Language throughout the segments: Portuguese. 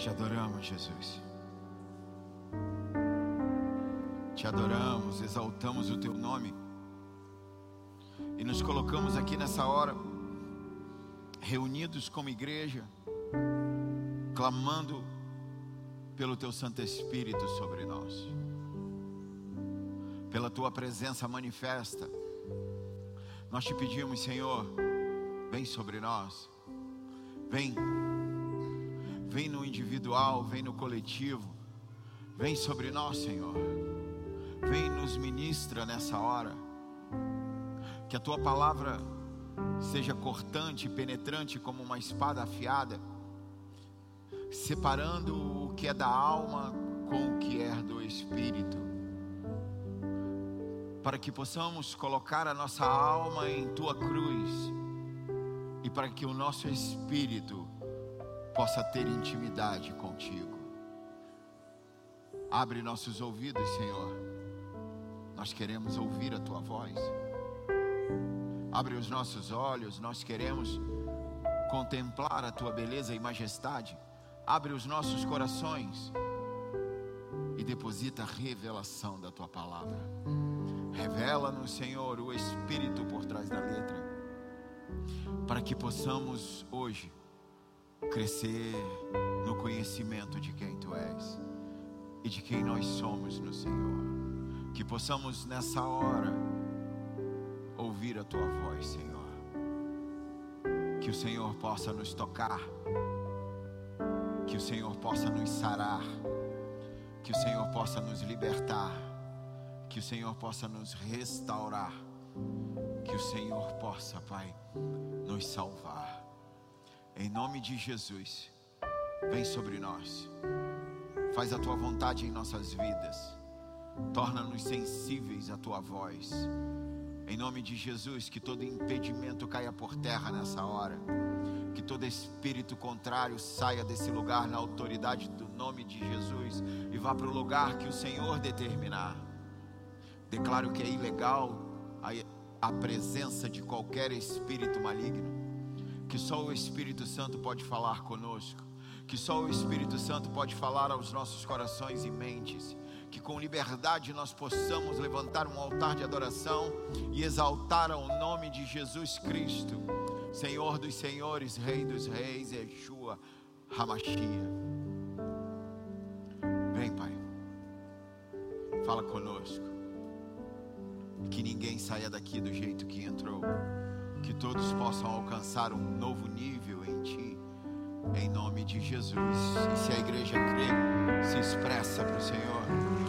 Te adoramos, Jesus. Te adoramos, exaltamos o Teu nome. E nos colocamos aqui nessa hora, reunidos como igreja, clamando pelo Teu Santo Espírito sobre nós. Pela Tua presença manifesta. Nós te pedimos, Senhor, vem sobre nós. Vem no individual, vem no coletivo. Vem sobre nós, Senhor. Vem nos ministra nessa hora. Que a Tua palavra seja cortante e penetrante como uma espada afiada, separando o que é da alma com o que é do Espírito, para que possamos colocar a nossa alma em Tua cruz e para que o nosso espírito possa ter intimidade contigo. Abre nossos ouvidos, Senhor. Nós queremos ouvir a Tua voz. Abre os nossos olhos, nós queremos contemplar a Tua beleza e majestade. Abre os nossos corações e deposita a revelação da Tua palavra. Revela-nos, Senhor, o Espírito por trás da letra, para que possamos hoje crescer no conhecimento de quem Tu és e de quem nós somos no Senhor. Que possamos nessa hora ouvir a Tua voz, Senhor. Que o Senhor possa nos tocar, que o Senhor possa nos sarar, que o Senhor possa nos libertar, que o Senhor possa nos restaurar, que o Senhor possa, Pai, nos salvar. Em nome de Jesus, vem sobre nós, faz a Tua vontade em nossas vidas, torna-nos sensíveis à Tua voz. Em nome de Jesus, que todo impedimento caia por terra nessa hora, que todo espírito contrário saia desse lugar na autoridade do nome de Jesus e vá para o lugar que o Senhor determinar. Declaro que é ilegal a presença de qualquer espírito maligno, que só o Espírito Santo pode falar conosco, que só o Espírito Santo pode falar aos nossos corações e mentes, que com liberdade nós possamos levantar um altar de adoração e exaltar ao nome de Jesus Cristo, Senhor dos senhores, Rei dos reis, Yeshua HaMashiach. Vem, Pai, fala conosco, que ninguém saia daqui do jeito que entrou, que todos possam alcançar um novo nível em Ti, em nome de Jesus. E se a igreja crê, se expressa para o Senhor.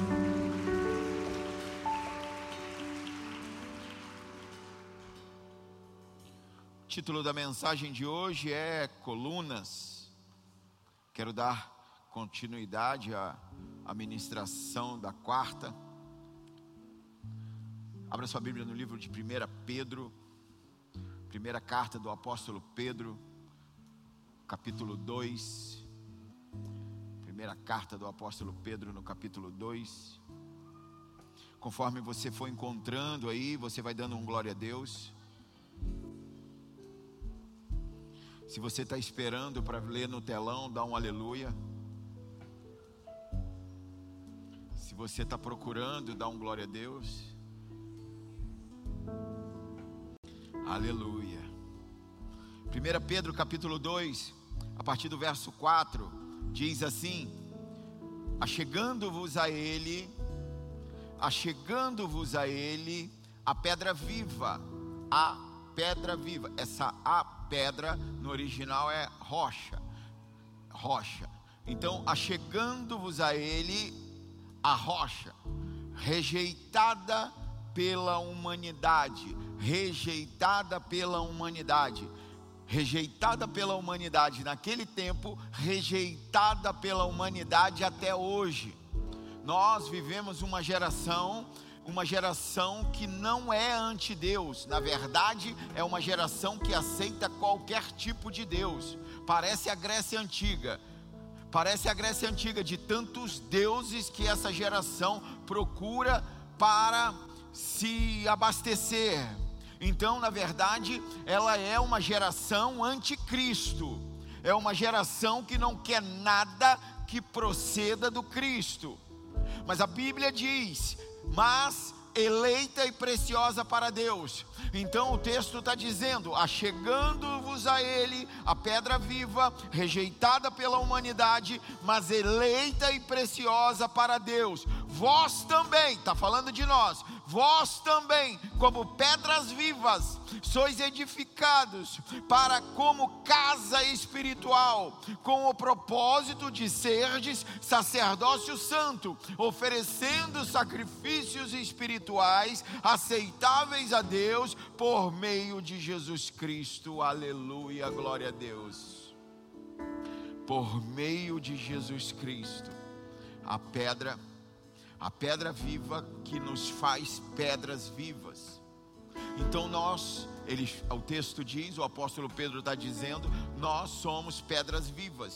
O título da mensagem de hoje é Colunas. Quero dar continuidade à ministração da quarta. Abra sua Bíblia no livro de 1 Pedro, primeira carta do apóstolo Pedro, capítulo 2. Primeira carta do apóstolo Pedro no capítulo 2. Conforme você for encontrando aí, você vai dando um glória a Deus. Se você está esperando para ler no telão, dá um aleluia. Se você está procurando, dá um glória a Deus. Aleluia. 1 Pedro capítulo 2, a partir do verso 4, diz assim: achegando-vos a Ele, a pedra viva, essa a pedra no original é rocha. Então, achegando-vos a Ele, a rocha, rejeitada pela humanidade, naquele tempo, rejeitada pela humanidade até hoje. Nós vivemos uma geração que não é anti-Deus. Na verdade, é uma geração que aceita qualquer tipo de Deus. Parece a Grécia Antiga, de tantos deuses que essa geração procura para se abastecer. Então, na verdade, ela é uma geração anticristo. É uma geração que não quer nada que proceda do Cristo. Mas a Bíblia diz: mas eleita e preciosa para Deus. Então o texto está dizendo: achegando-vos a Ele, a pedra viva, rejeitada pela humanidade, mas eleita e preciosa para Deus. Vós também, está falando de nós, vós também, como pedras vivas, sois edificados para como casa espiritual, com o propósito de serdes sacerdócio santo, oferecendo sacrifícios espirituais aceitáveis a Deus por meio de Jesus Cristo. Aleluia, glória a Deus. Por meio de Jesus Cristo, a pedra viva que nos faz pedras vivas. Então o texto diz, o apóstolo Pedro está dizendo, nós somos pedras vivas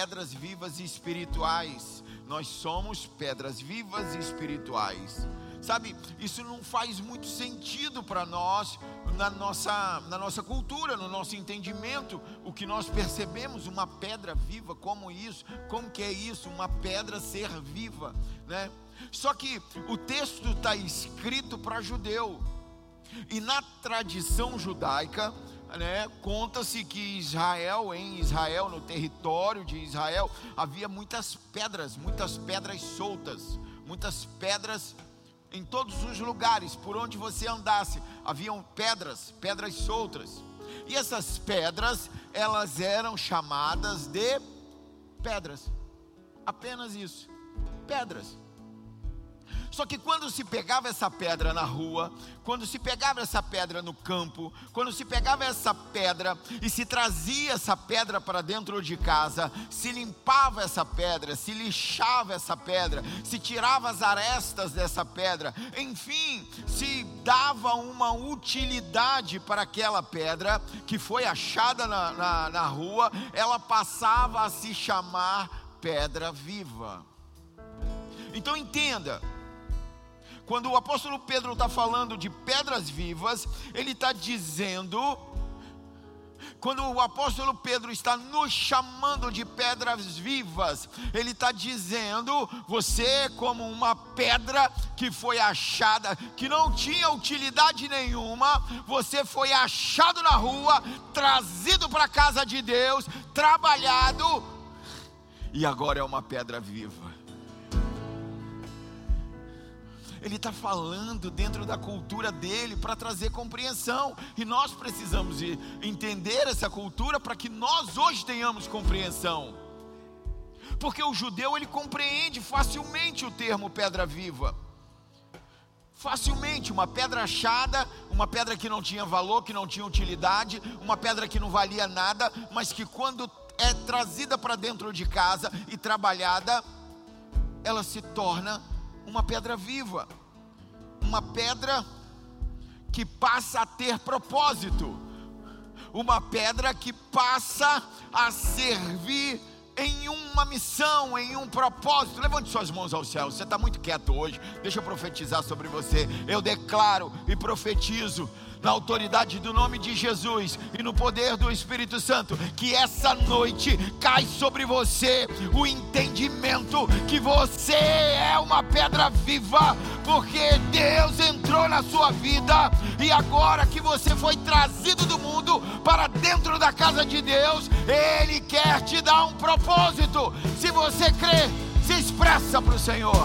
espirituais. Nós somos pedras vivas e espirituais. Sabe, isso não faz muito sentido para nós, na nossa cultura, no nosso entendimento. O que nós percebemos, uma pedra viva, como que é isso, uma pedra ser viva, né? Só que o texto está escrito para judeu, e na tradição judaica, né, conta-se que em Israel, no território de Israel, havia muitas pedras soltas, muitas pedras em todos os lugares, por onde você andasse, haviam pedras soltas, e essas pedras, elas eram chamadas de pedras, apenas isso, pedras. Só que quando se pegava essa pedra na rua, quando se pegava essa pedra no campo, quando se pegava essa pedra e se trazia essa pedra para dentro de casa, se limpava essa pedra, se lixava essa pedra, se tirava as arestas dessa pedra, enfim, se dava uma utilidade para aquela pedra que foi achada na rua, ela passava a se chamar pedra viva. Então entenda, quando o apóstolo Pedro está falando de pedras vivas, ele está dizendo, quando o apóstolo Pedro está nos chamando de pedras vivas, ele está dizendo, você como uma pedra que foi achada, que não tinha utilidade nenhuma, você foi achado na rua, trazido para a casa de Deus, trabalhado, e agora é uma pedra viva. Ele está falando dentro da cultura dele para trazer compreensão, e nós precisamos entender essa cultura para que nós hoje tenhamos compreensão, porque o judeu ele compreende facilmente o termo pedra viva, facilmente. Uma pedra achada, uma pedra que não tinha valor, que não tinha utilidade, uma pedra que não valia nada, mas que quando é trazida para dentro de casa e trabalhada, ela se torna uma pedra viva, uma pedra que passa a ter propósito, uma pedra que passa a servir em uma missão, em um propósito. Levante suas mãos ao céu. Você está muito quieto hoje, deixa eu profetizar sobre você. Eu declaro e profetizo na autoridade do nome de Jesus e no poder do Espírito Santo, que essa noite cai sobre você o entendimento que você é uma pedra viva, porque Deus entrou na sua vida, e agora que você foi trazido do mundo para dentro da casa de Deus, Ele quer te dar um propósito. Se você crê, se expressa para o Senhor.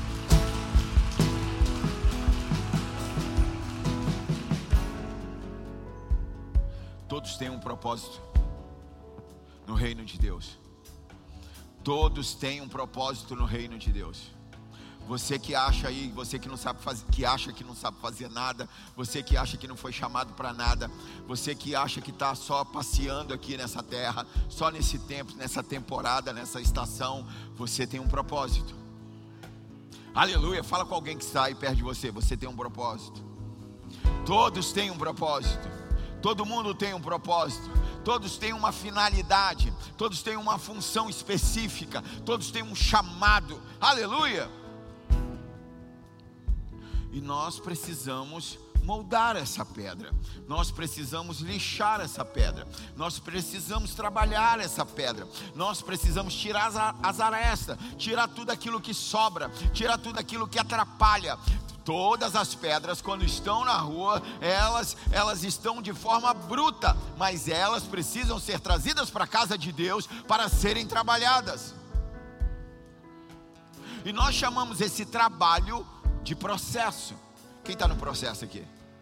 Todos têm um propósito no reino de Deus. Todos têm um propósito no reino de Deus. Você que acha aí, você que não sabe fazer, que acha que não sabe fazer nada, você que acha que não foi chamado para nada, você que acha que está só passeando aqui nessa terra, só nesse tempo, nessa temporada, nessa estação, você tem um propósito. Aleluia. Fala com alguém que está aí perto de você. Você tem um propósito. Todos têm um propósito. Todo mundo tem um propósito, todos têm uma finalidade, todos têm uma função específica, todos têm um chamado. Aleluia. E nós precisamos moldar essa pedra, nós precisamos lixar essa pedra, nós precisamos trabalhar essa pedra, nós precisamos tirar as arestas, tirar tudo aquilo que sobra, tirar tudo aquilo que atrapalha. Todas as pedras, quando estão na rua, elas estão de forma bruta, mas elas precisam ser trazidas para a casa de Deus para serem trabalhadas. E nós chamamos esse trabalho de processo. Quem está no processo aqui?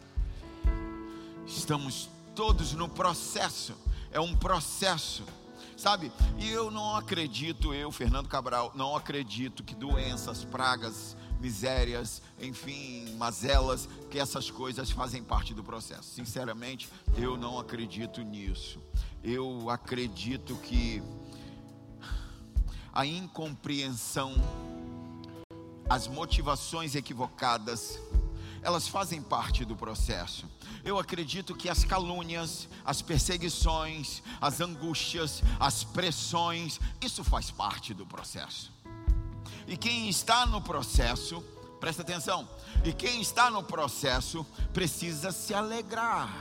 Estamos todos no processo. É um processo, sabe? E eu não acredito, Fernando Cabral, não acredito que doenças, pragas, misérias, enfim, mazelas, que essas coisas fazem parte do processo. Sinceramente, eu não acredito nisso. Eu acredito que a incompreensão, as motivações equivocadas, elas fazem parte do processo. Eu acredito que as calúnias, as perseguições, as angústias, as pressões, isso faz parte do processo. E quem está no processo, presta atenção, e quem está no processo precisa se alegrar.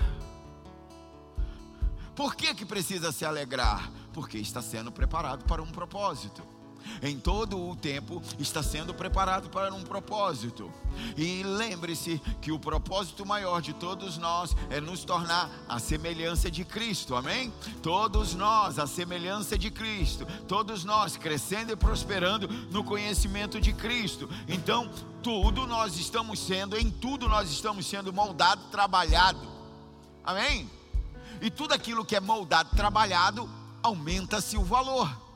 Por que precisa se alegrar? Porque está sendo preparado para um propósito. Em todo o tempo está sendo preparado para um propósito. E lembre-se que o propósito maior de todos nós é nos tornar a semelhança de Cristo, amém? Todos nós, a semelhança de Cristo, todos nós crescendo e prosperando no conhecimento de Cristo. Então, em tudo nós estamos sendo moldado, trabalhado, amém? E tudo aquilo que é moldado, trabalhado, aumenta-se o valor.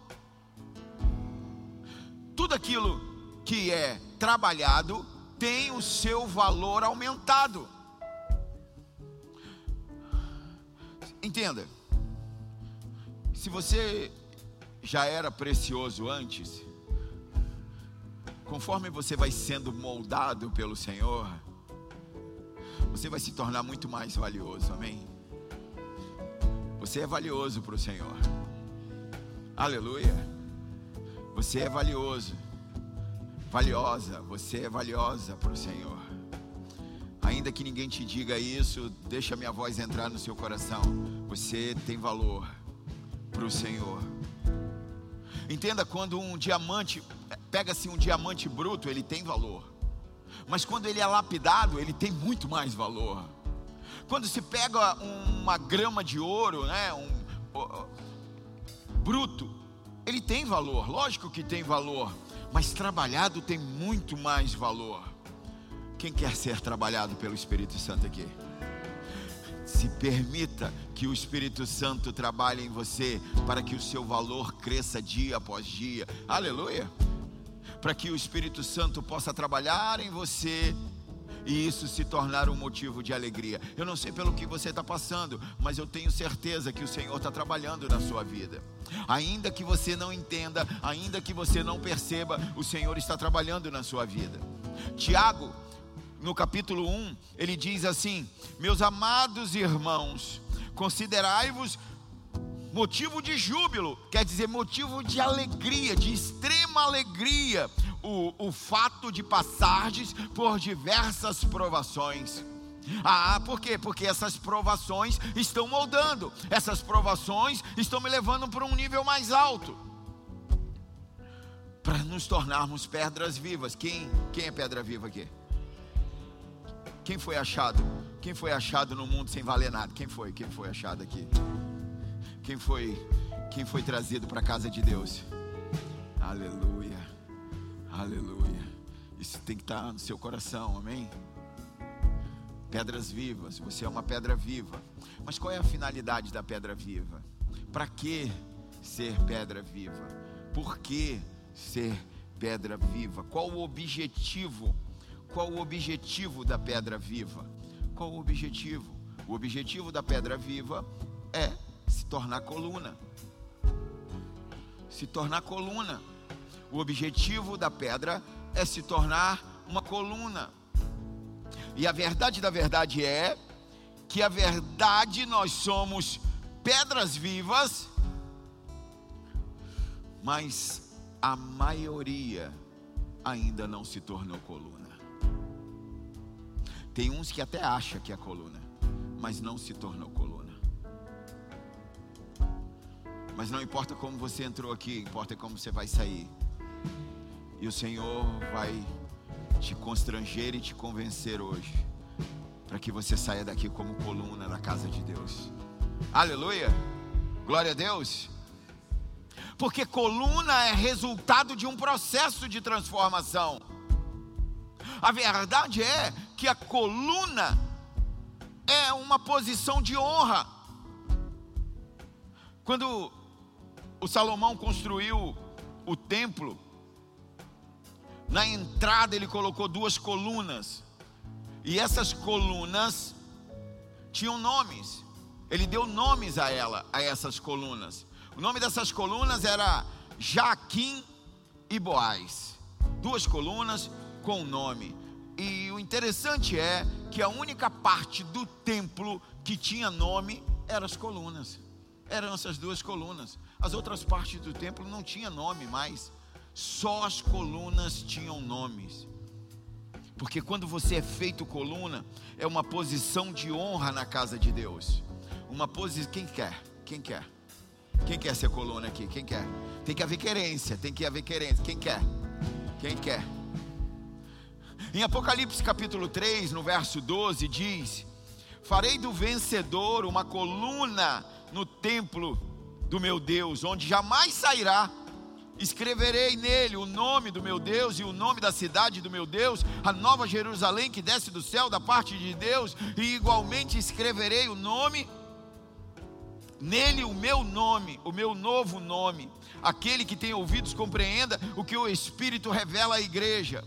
Tudo aquilo que é trabalhado tem o seu valor aumentado. Entenda, se você já era precioso antes, conforme você vai sendo moldado pelo Senhor, você vai se tornar muito mais valioso, amém? Você é valioso para o Senhor, aleluia. Você é valioso, valiosa, você é valiosa para o Senhor. Ainda que ninguém te diga isso, deixa a minha voz entrar no seu coração. Você tem valor para o Senhor. Entenda, quando um diamante, pega-se um diamante bruto, ele tem valor. Mas quando ele é lapidado, ele tem muito mais valor. Quando se pega uma grama de ouro, né, bruto, ele tem valor, lógico que tem valor, mas trabalhado tem muito mais valor. Quem quer ser trabalhado pelo Espírito Santo aqui? Se permita que o Espírito Santo trabalhe em você, para que o seu valor cresça dia após dia, aleluia. Para que o Espírito Santo possa trabalhar em você, e isso se tornar um motivo de alegria. Eu não sei pelo que você está passando, mas eu tenho certeza que o Senhor está trabalhando na sua vida. Ainda que você não entenda, ainda que você não perceba, o Senhor está trabalhando na sua vida. Tiago, no capítulo 1, ele diz assim: meus amados irmãos, considerai-vos motivo de júbilo, quer dizer motivo de alegria, de extrema alegria, o fato de passardes por diversas provações. Por quê? Porque essas provações estão moldando, essas provações estão me levando para um nível mais alto, para nos tornarmos pedras vivas. Quem é pedra viva aqui? Quem foi achado? Quem foi achado no mundo sem valer nada? Quem foi achado aqui? Quem foi trazido para a casa de Deus? Aleluia, aleluia. Isso tem que estar no seu coração, amém? Pedras vivas, você é uma pedra viva. Mas qual é a finalidade da pedra viva? Para que ser pedra viva? Por que ser pedra viva? Qual o objetivo? Qual o objetivo da pedra viva? Qual o objetivo? O objetivo da pedra viva é se tornar coluna. Se tornar coluna. O objetivo da pedra é se tornar uma coluna. E a verdade da verdade é que a verdade, nós somos pedras vivas, mas a maioria ainda não se tornou coluna. Tem uns que até acham que é coluna, mas não se tornou coluna. Mas não importa como você entrou aqui, importa como você vai sair. E o Senhor vai te constranger e te convencer hoje, para que você saia daqui como coluna da casa de Deus. Aleluia, glória a Deus. Porque coluna é resultado de um processo de transformação. A verdade é que a coluna é uma posição de honra. Quando o Salomão construiu o templo, na entrada ele colocou 2 colunas, e essas colunas tinham nomes. Ele deu nomes a essas colunas. O nome dessas colunas era Jaquim e Boaz. 2 colunas com nome. E o interessante é que a única parte do templo que tinha nome eram as colunas. Eram essas 2 colunas. As outras partes do templo não tinham nome mais. Só as colunas tinham nomes. Porque quando você é feito coluna, é uma posição de honra na casa de Deus. Uma posição. Quem quer? Quem quer? Quem quer ser coluna aqui? Quem quer? Tem que haver querência. Tem que haver querência. Quem quer? Quem quer? Em Apocalipse capítulo 3, no verso 12, diz: farei do vencedor uma coluna no templo do meu Deus, onde jamais sairá. Escreverei nele o nome do meu Deus e o nome da cidade do meu Deus, a nova Jerusalém que desce do céu da parte de Deus, e igualmente escreverei o nome nele, o meu nome, o meu novo nome. Aquele que tem ouvidos compreenda o que o Espírito revela à igreja.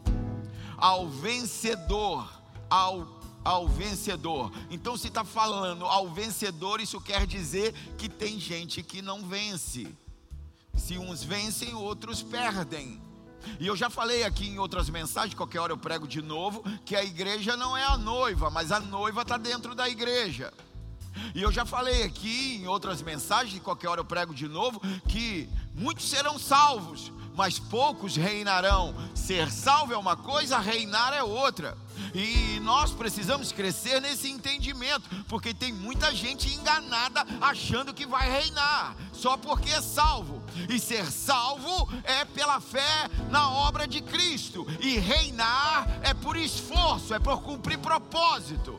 Ao vencedor, ao vencedor. Então, se está falando ao vencedor, isso quer dizer que tem gente que não vence. Se uns vencem, outros perdem. E eu já falei aqui em outras mensagens, qualquer hora eu prego de novo, que a igreja não é a noiva, mas a noiva está dentro da igreja. E eu já falei aqui em outras mensagens, qualquer hora eu prego de novo, que muitos serão salvos, mas poucos reinarão. Ser salvo é uma coisa, reinar é outra. E nós precisamos crescer nesse entendimento, porque tem muita gente enganada achando que vai reinar só porque é salvo. E ser salvo é pela fé na obra de Cristo, e reinar é por esforço, é por cumprir propósito.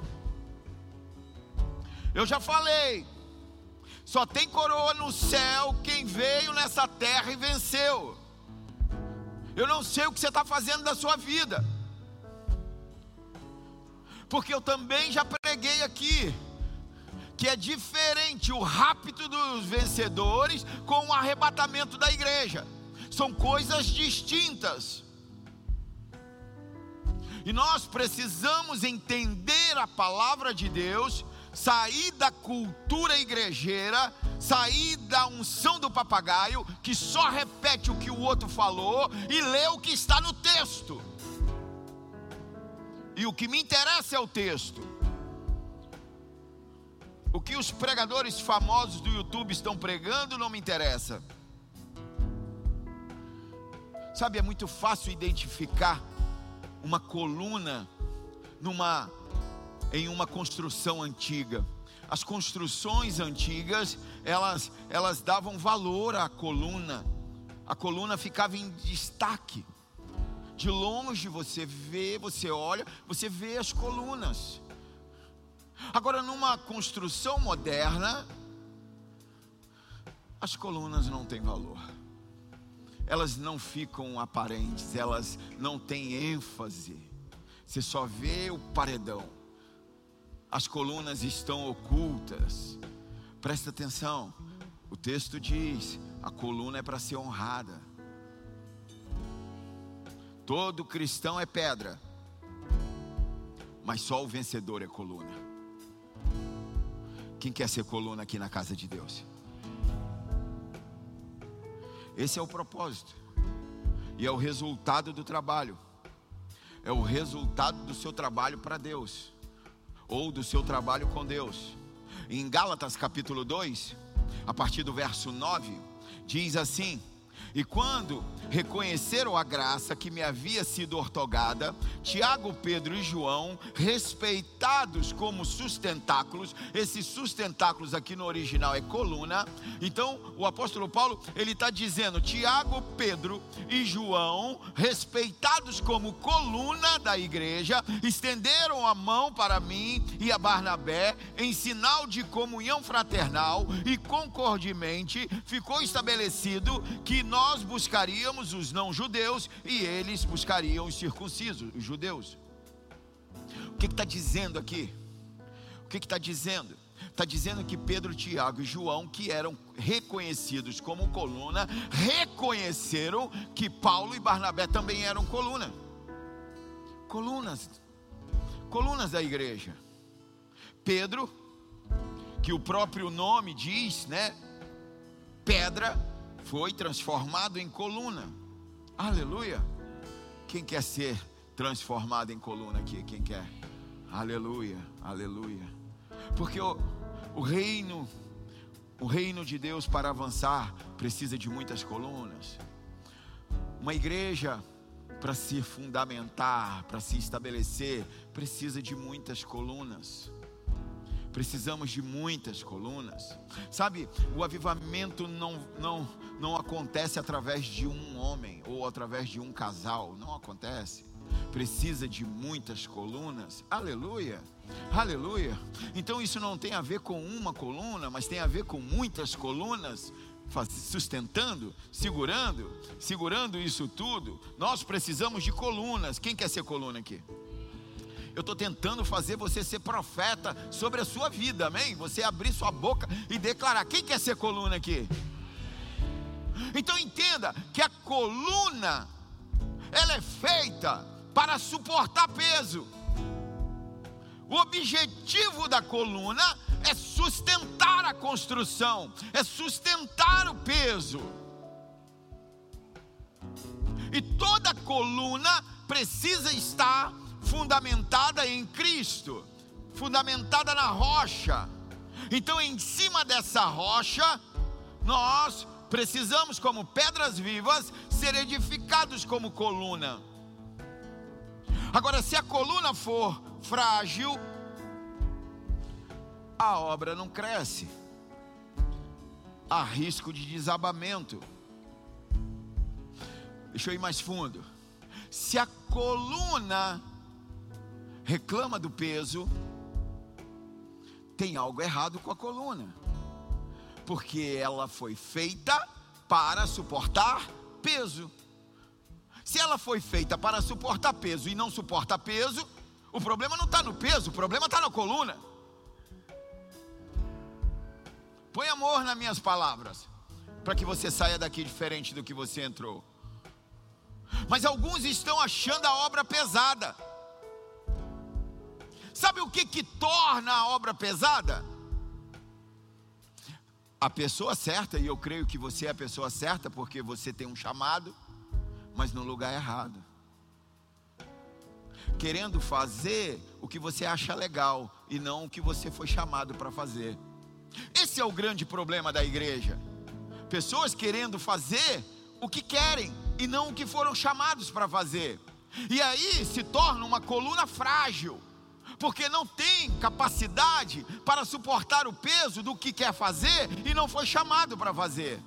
Eu já falei, só tem coroa no céu quem veio nessa terra e venceu. Eu não sei o que você está fazendo da sua vida, porque eu também já preguei aqui que é diferente o rapto dos vencedores com o arrebatamento da igreja. São coisas distintas. E nós precisamos entender a palavra de Deus, sair da cultura igrejeira, sair da unção do papagaio, que só repete o que o outro falou, e ler o que está no texto. E o que me interessa é o texto. O que os pregadores famosos do YouTube estão pregando não me interessa. Sabe, é muito fácil identificar uma coluna em uma construção antiga. As construções antigas, elas davam valor à coluna. A coluna ficava em destaque. De longe você vê, você olha, você vê as colunas. Agora, numa construção moderna, as colunas não têm valor. Elas não ficam aparentes, elas não têm ênfase. Você só vê o paredão. As colunas estão ocultas. Presta atenção, o texto diz: a coluna é para ser honrada. Todo cristão é pedra, mas só o vencedor é coluna. Quem quer ser coluna aqui na casa de Deus? Esse é o propósito, e é o resultado do trabalho. É o resultado do seu trabalho para Deus, ou do seu trabalho com Deus. Em Gálatas capítulo 2, a partir do verso 9, diz assim: E quando reconheceram a graça que me havia sido outorgada, Tiago, Pedro e João, respeitados como sustentáculos, esses sustentáculos aqui no original é coluna. Então o apóstolo Paulo, ele está dizendo: Tiago, Pedro e João, respeitados como coluna da igreja, estenderam a mão para mim e a Barnabé em sinal de comunhão fraternal, e concordemente ficou estabelecido que nós buscaríamos os não-judeus e eles buscariam os circuncisos, os judeus. O que está dizendo aqui? O que está dizendo? Está dizendo que Pedro, Tiago e João, que eram reconhecidos como coluna, reconheceram que Paulo e Barnabé também eram coluna. Colunas da igreja. Pedro, que o próprio nome diz, né? Pedra, foi transformado em coluna. Aleluia. Quem quer ser transformado em coluna aqui? Quem quer? Aleluia, aleluia. Porque o reino de Deus, para avançar, precisa de muitas colunas. Uma igreja, para se fundamentar, para se estabelecer, precisa de muitas colunas. Precisamos de muitas colunas. Sabe, o avivamento não acontece através de um homem ou através de um casal. Não acontece. Precisa de muitas colunas. Aleluia, aleluia. Então isso não tem a ver com uma coluna, mas tem a ver com muitas colunas, sustentando, segurando isso tudo. Nós precisamos de colunas. Quem quer ser coluna aqui? Eu estou tentando fazer você ser profeta sobre a sua vida, amém? Você abrir sua boca e declarar. Quem quer ser coluna aqui? Então entenda que a coluna, ela é feita para suportar peso. O objetivo da coluna é sustentar a construção, é sustentar o peso. E toda coluna precisa estar fundamentada em Cristo, fundamentada na rocha. Então, em cima dessa rocha, nós precisamos, como pedras vivas, ser edificados como coluna. Agora, se a coluna for frágil, a obra não cresce. Há risco de desabamento. Deixa eu ir mais fundo. Se a coluna reclama do peso, tem algo errado com a coluna, porque ela foi feita para suportar peso. Se ela foi feita para suportar peso e não suporta peso, o problema não está no peso, o problema está na coluna. Põe amor nas minhas palavras, para que você saia daqui diferente do que você entrou. Mas alguns estão achando a obra pesada. Sabe o que torna a obra pesada? A pessoa certa, e eu creio que você é a pessoa certa, porque você tem um chamado, mas no lugar errado. Querendo fazer o que você acha legal, e não o que você foi chamado para fazer. Esse é o grande problema da igreja. Pessoas querendo fazer o que querem, e não o que foram chamados para fazer. E aí se torna uma coluna frágil, porque não tem capacidade para suportar o peso do que quer fazer e não foi chamado para fazer.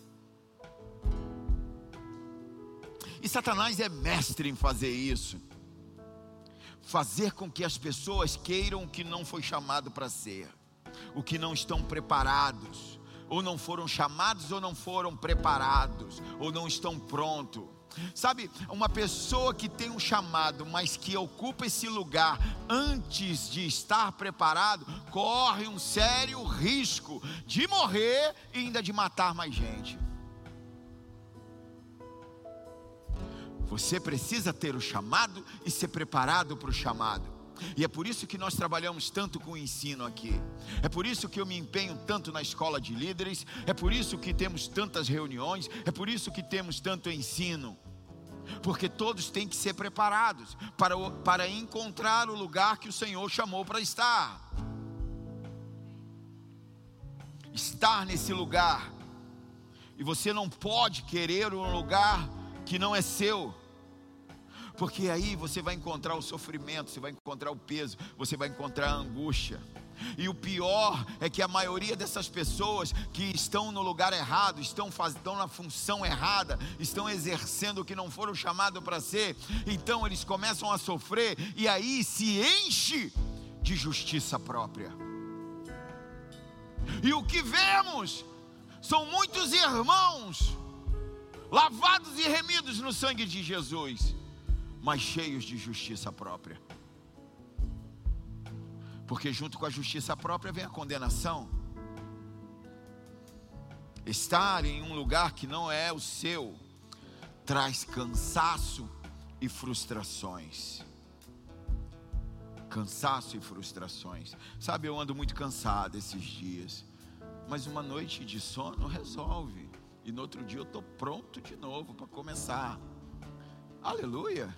E Satanás é mestre em fazer isso. Fazer com que as pessoas queiram o que não foi chamado para ser, o que não estão preparados, ou não foram chamados, ou não foram preparados, ou não estão prontos. Sabe, uma pessoa que tem um chamado, mas que ocupa esse lugar antes de estar preparado, corre um sério risco de morrer e ainda de matar mais gente. Você precisa ter o chamado e ser preparado para o chamado. E é por isso que nós trabalhamos tanto com o ensino aqui. É por isso que eu me empenho tanto na escola de líderes. É por isso que temos tantas reuniões. É por isso que temos tanto ensino. Porque todos têm que ser preparados para encontrar o lugar que o Senhor chamou para estar. Estar nesse lugar. E você não pode querer um lugar que não é seu, porque aí você vai encontrar o sofrimento, você vai encontrar o peso, você vai encontrar a angústia. E o pior é que a maioria dessas pessoas que estão no lugar errado, estão na função errada, estão exercendo o que não foram chamados para ser, então eles começam a sofrer e aí se enche de justiça própria. E o que vemos são muitos irmãos lavados e remidos no sangue de Jesus, mas cheios de justiça própria. Porque junto com a justiça própria vem a condenação. Estar em um lugar que não é o seu traz cansaço e frustrações. Cansaço e frustrações. Sabe, eu ando muito cansado esses dias, mas uma noite de sono resolve, e no outro dia eu estou pronto de novo para começar. Aleluia.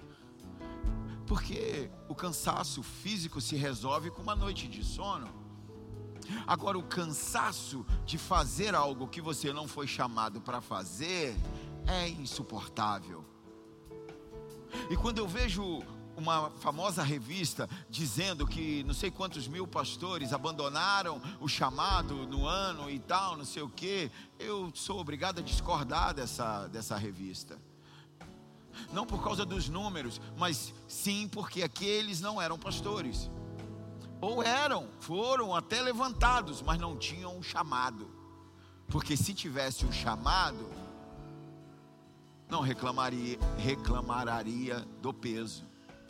Porque o cansaço físico se resolve com uma noite de sono. Agora, o cansaço de fazer algo que você não foi chamado para fazer é insuportável. E quando eu vejo uma famosa revista dizendo que não sei quantos mil pastores abandonaram o chamado no ano e tal, não sei o que, eu sou obrigado a discordar dessa revista. Não por causa dos números, mas sim porque aqueles não eram pastores. Ou foram até levantados, mas não tinham um chamado. Porque se tivesse um chamado, não reclamaria do peso.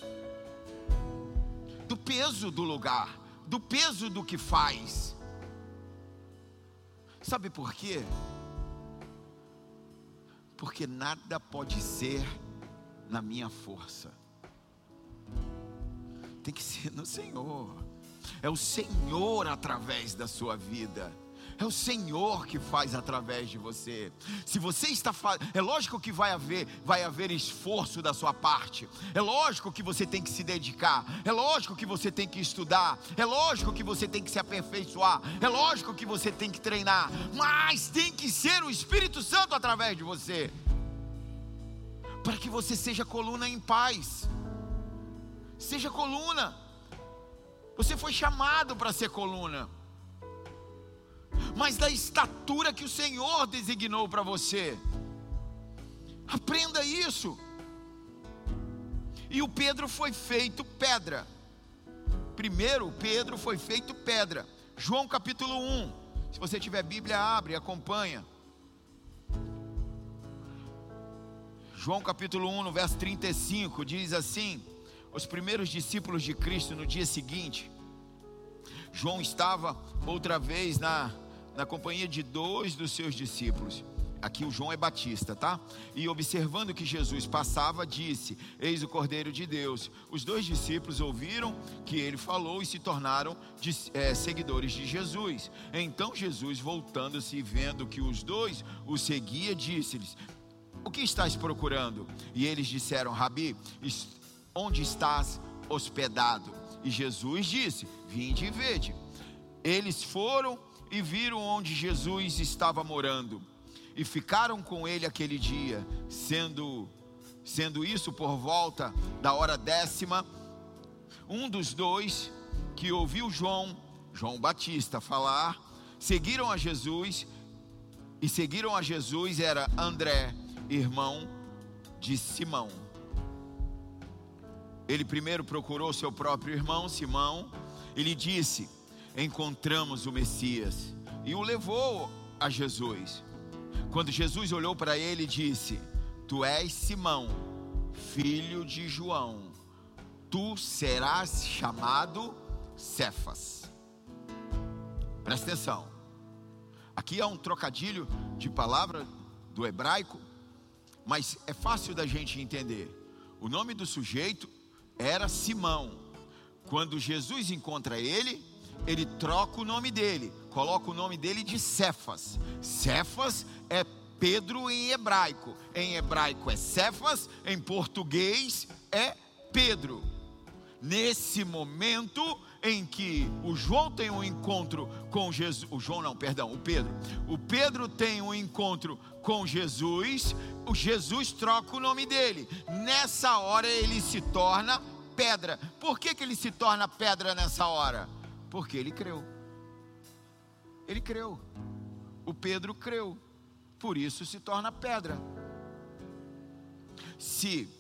Do peso do lugar, do peso do que faz. Sabe por quê? Porque nada pode ser na minha força, tem que ser no Senhor. É o Senhor através da sua vida, é o Senhor que faz através de você. Se você está é lógico que vai haver esforço da sua parte, é lógico que você tem que se dedicar, é lógico que você tem que estudar, é lógico que você tem que se aperfeiçoar, é lógico que você tem que treinar, mas tem que ser o Espírito Santo através de você, para que você seja coluna em paz. Seja coluna. Você foi chamado para ser coluna, mas da estatura que o Senhor designou para você. Aprenda isso. E o Pedro foi feito pedra. Primeiro, Pedro foi feito pedra. João capítulo 1. Se você tiver Bíblia, abre e acompanha. João capítulo 1, no verso 35, diz assim: os primeiros discípulos de Cristo, no dia seguinte, João estava outra vez na companhia de 2 dos seus discípulos. Aqui o João é Batista, tá? E observando que Jesus passava, disse: eis o Cordeiro de Deus. Os 2 discípulos ouviram que ele falou e se tornaram seguidores de Jesus. Então Jesus, voltando-se e vendo que os 2 o seguiam, disse-lhes: o que estás procurando? E eles disseram: Rabi, onde estás hospedado? E Jesus disse: vinde e vede. Eles foram e viram onde Jesus estava morando, e ficaram com ele aquele dia. Sendo isso por volta da hora 10ª, um dos 2 que ouviu João Batista falar, seguiram a Jesus era André, irmão de Simão. Ele primeiro procurou seu próprio irmão Simão e lhe disse: encontramos o Messias, e o levou a Jesus. Quando Jesus olhou para ele, disse: tu és Simão, filho de João, tu serás chamado Cefas. Presta atenção, aqui há um trocadilho de palavra do hebraico, mas é fácil da gente entender. O nome do sujeito era Simão. Quando Jesus encontra ele troca o nome dele, coloca o nome dele de Cefas. Cefas é Pedro em hebraico é Cefas, em português é Pedro. Nesse momento em que o João tem um encontro com Jesus, o Pedro tem um encontro com Jesus, o Jesus troca o nome dele. Nessa hora ele se torna pedra. Por que ele se torna pedra nessa hora? Porque ele creu. Ele creu. O Pedro creu. Por isso se torna pedra. Se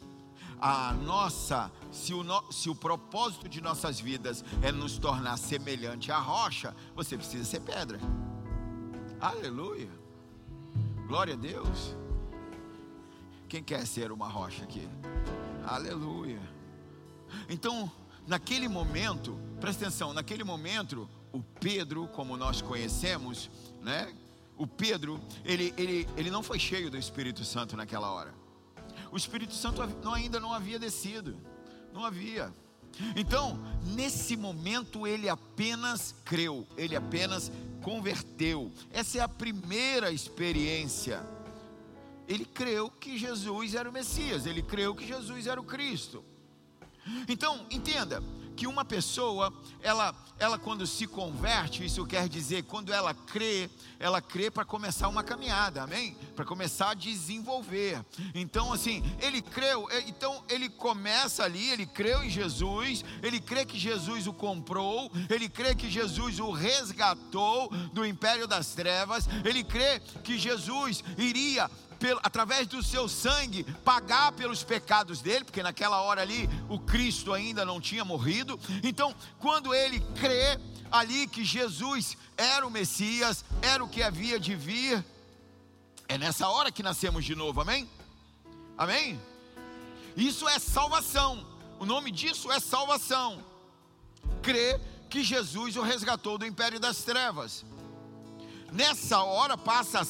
o propósito de nossas vidas é nos tornar semelhante à rocha, você precisa ser pedra. Aleluia. Glória a Deus. Quem quer ser uma rocha aqui? Aleluia. Então, naquele momento, presta atenção, naquele momento, o Pedro, como nós conhecemos, né? O Pedro, ele não foi cheio do Espírito Santo naquela hora. O Espírito Santo ainda não havia descido. Não havia. Então, nesse momento, ele apenas creu. Ele apenas converteu. Essa é a primeira experiência. Ele creu que Jesus era o Messias. Ele creu que Jesus era o Cristo. Então, entenda que uma pessoa, ela quando se converte, isso quer dizer, quando ela crê para começar uma caminhada, amém? Para começar a desenvolver. Então assim, ele creu, então ele começa ali, ele creu em Jesus, ele crê que Jesus o comprou, ele crê que Jesus o resgatou do império das trevas, ele crê que Jesus iria, através do seu sangue, pagar pelos pecados dele, porque naquela hora ali, o Cristo ainda não tinha morrido. Então, quando ele crê ali que Jesus era o Messias, era o que havia de vir, é nessa hora que nascemos de novo, amém? Amém? Isso é salvação, o nome disso é salvação. Crê que Jesus o resgatou do império das trevas. Nessa hora passa a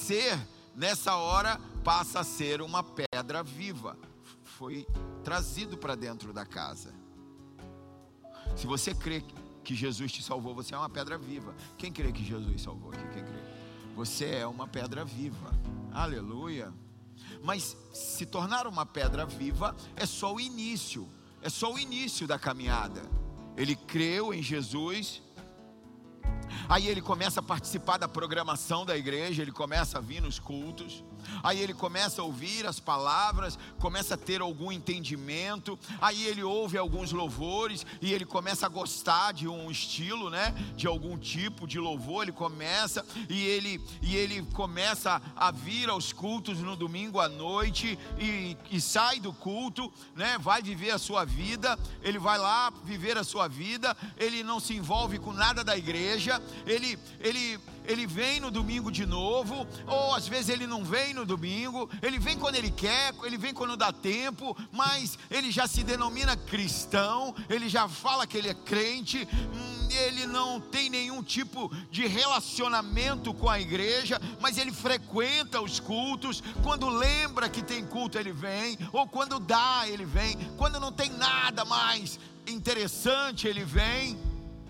ser uma pedra viva. Foi trazido para dentro da casa. Se você crê que Jesus te salvou, você é uma pedra viva. Quem crê que Jesus salvou aqui? Quem crê? Você é uma pedra viva. Aleluia. Mas se tornar uma pedra viva é só o início. É só o início da caminhada. Ele creu em Jesus. Aí ele começa a participar da programação da igreja, ele começa a vir nos cultos, aí ele começa a ouvir as palavras, começa a ter algum entendimento, aí ele ouve alguns louvores, e ele começa a gostar de um estilo, né, de algum tipo de louvor, ele começa, e ele começa a vir aos cultos no domingo à noite, e sai do culto, né, vai viver a sua vida, ele vai lá viver a sua vida, ele não se envolve com nada da igreja, ele vem no domingo de novo, ou às vezes ele não vem no domingo, ele vem quando ele quer, ele vem quando dá tempo, mas ele já se denomina cristão, ele já fala que ele é crente, ele não tem nenhum tipo de relacionamento com a igreja, mas ele frequenta os cultos, quando lembra que tem culto ele vem, ou quando dá ele vem, quando não tem nada mais interessante ele vem.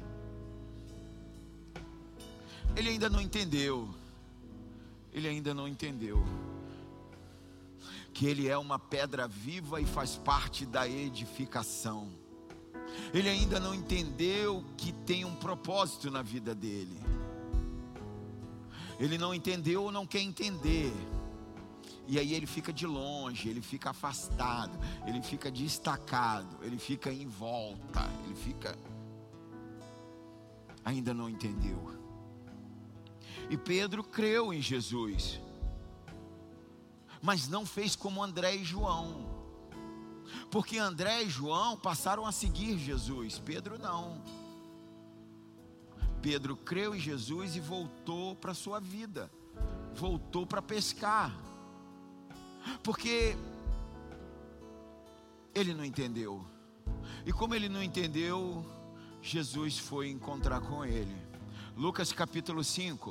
Ele ainda não entendeu que ele é uma pedra viva e faz parte da edificação. Ele ainda não entendeu que tem um propósito na vida dele. Ele não entendeu ou não quer entender. E aí ele fica de longe, ele fica afastado, ele fica destacado, ele fica em volta, ainda não entendeu. E Pedro creu em Jesus, mas não fez como André e João, porque André e João passaram a seguir Jesus, Pedro não. Pedro creu em Jesus e voltou para a sua vida, voltou para pescar, porque ele não entendeu, e como ele não entendeu, Jesus foi encontrar com ele. Lucas capítulo 5,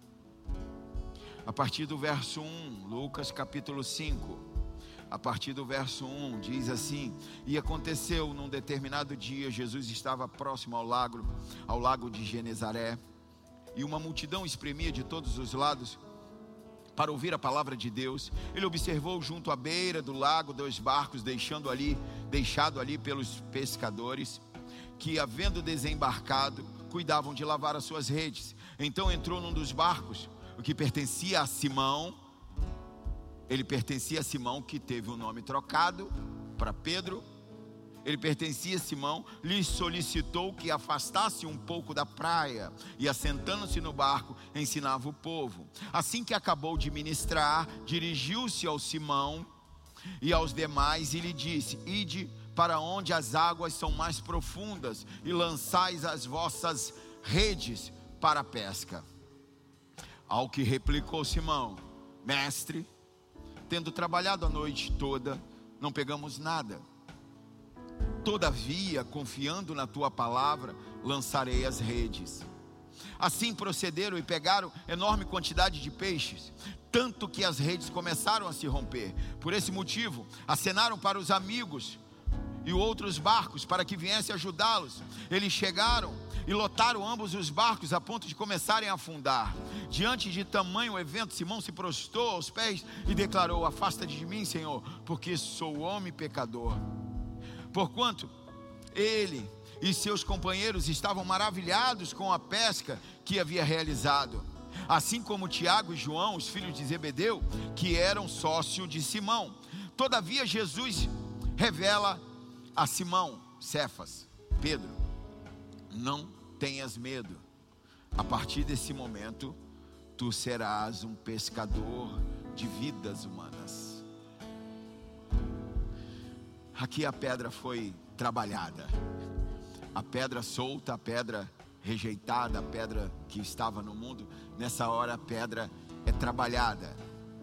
a partir do verso 1, Lucas capítulo 5, a partir do verso 1, diz assim: e aconteceu num determinado dia, Jesus estava próximo ao lago de Genezaré, e uma multidão espremia de todos os lados para ouvir a palavra de Deus. Ele observou junto à beira do lago 2 barcos deixado ali pelos pescadores, que, havendo desembarcado, cuidavam de lavar as suas redes. Então entrou num dos barcos, o que pertencia a Simão. Ele pertencia a Simão, que teve o nome trocado para Pedro. Ele pertencia a Simão, lhe solicitou que afastasse um pouco da praia, e assentando-se no barco, ensinava o povo. Assim que acabou de ministrar, dirigiu-se ao Simão e aos demais e lhe disse: ide para onde as águas são mais profundas e lançais as vossas redes para a pesca. Ao que replicou Simão: mestre, tendo trabalhado a noite toda, não pegamos nada. Todavia, confiando na tua palavra, lançarei as redes. Assim procederam e pegaram enorme quantidade de peixes, tanto que as redes começaram a se romper. Por esse motivo, acenaram para os amigos e outros barcos para que viessem ajudá-los. Eles chegaram e lotaram ambos os barcos a ponto de começarem a afundar. Diante de tamanho evento, Simão se prostrou aos pés e declarou: afasta-te de mim, Senhor, porque sou homem pecador. Porquanto ele e seus companheiros estavam maravilhados com a pesca que havia realizado, assim como Tiago e João, os filhos de Zebedeu, que eram sócios de Simão. Todavia Jesus revela a Simão, Cefas, Pedro: não tenhas medo, a partir desse momento tu serás um pescador de vidas humanas. Aqui a pedra foi trabalhada, a pedra solta, a pedra rejeitada, a pedra que estava no mundo. Nessa hora a pedra é trabalhada.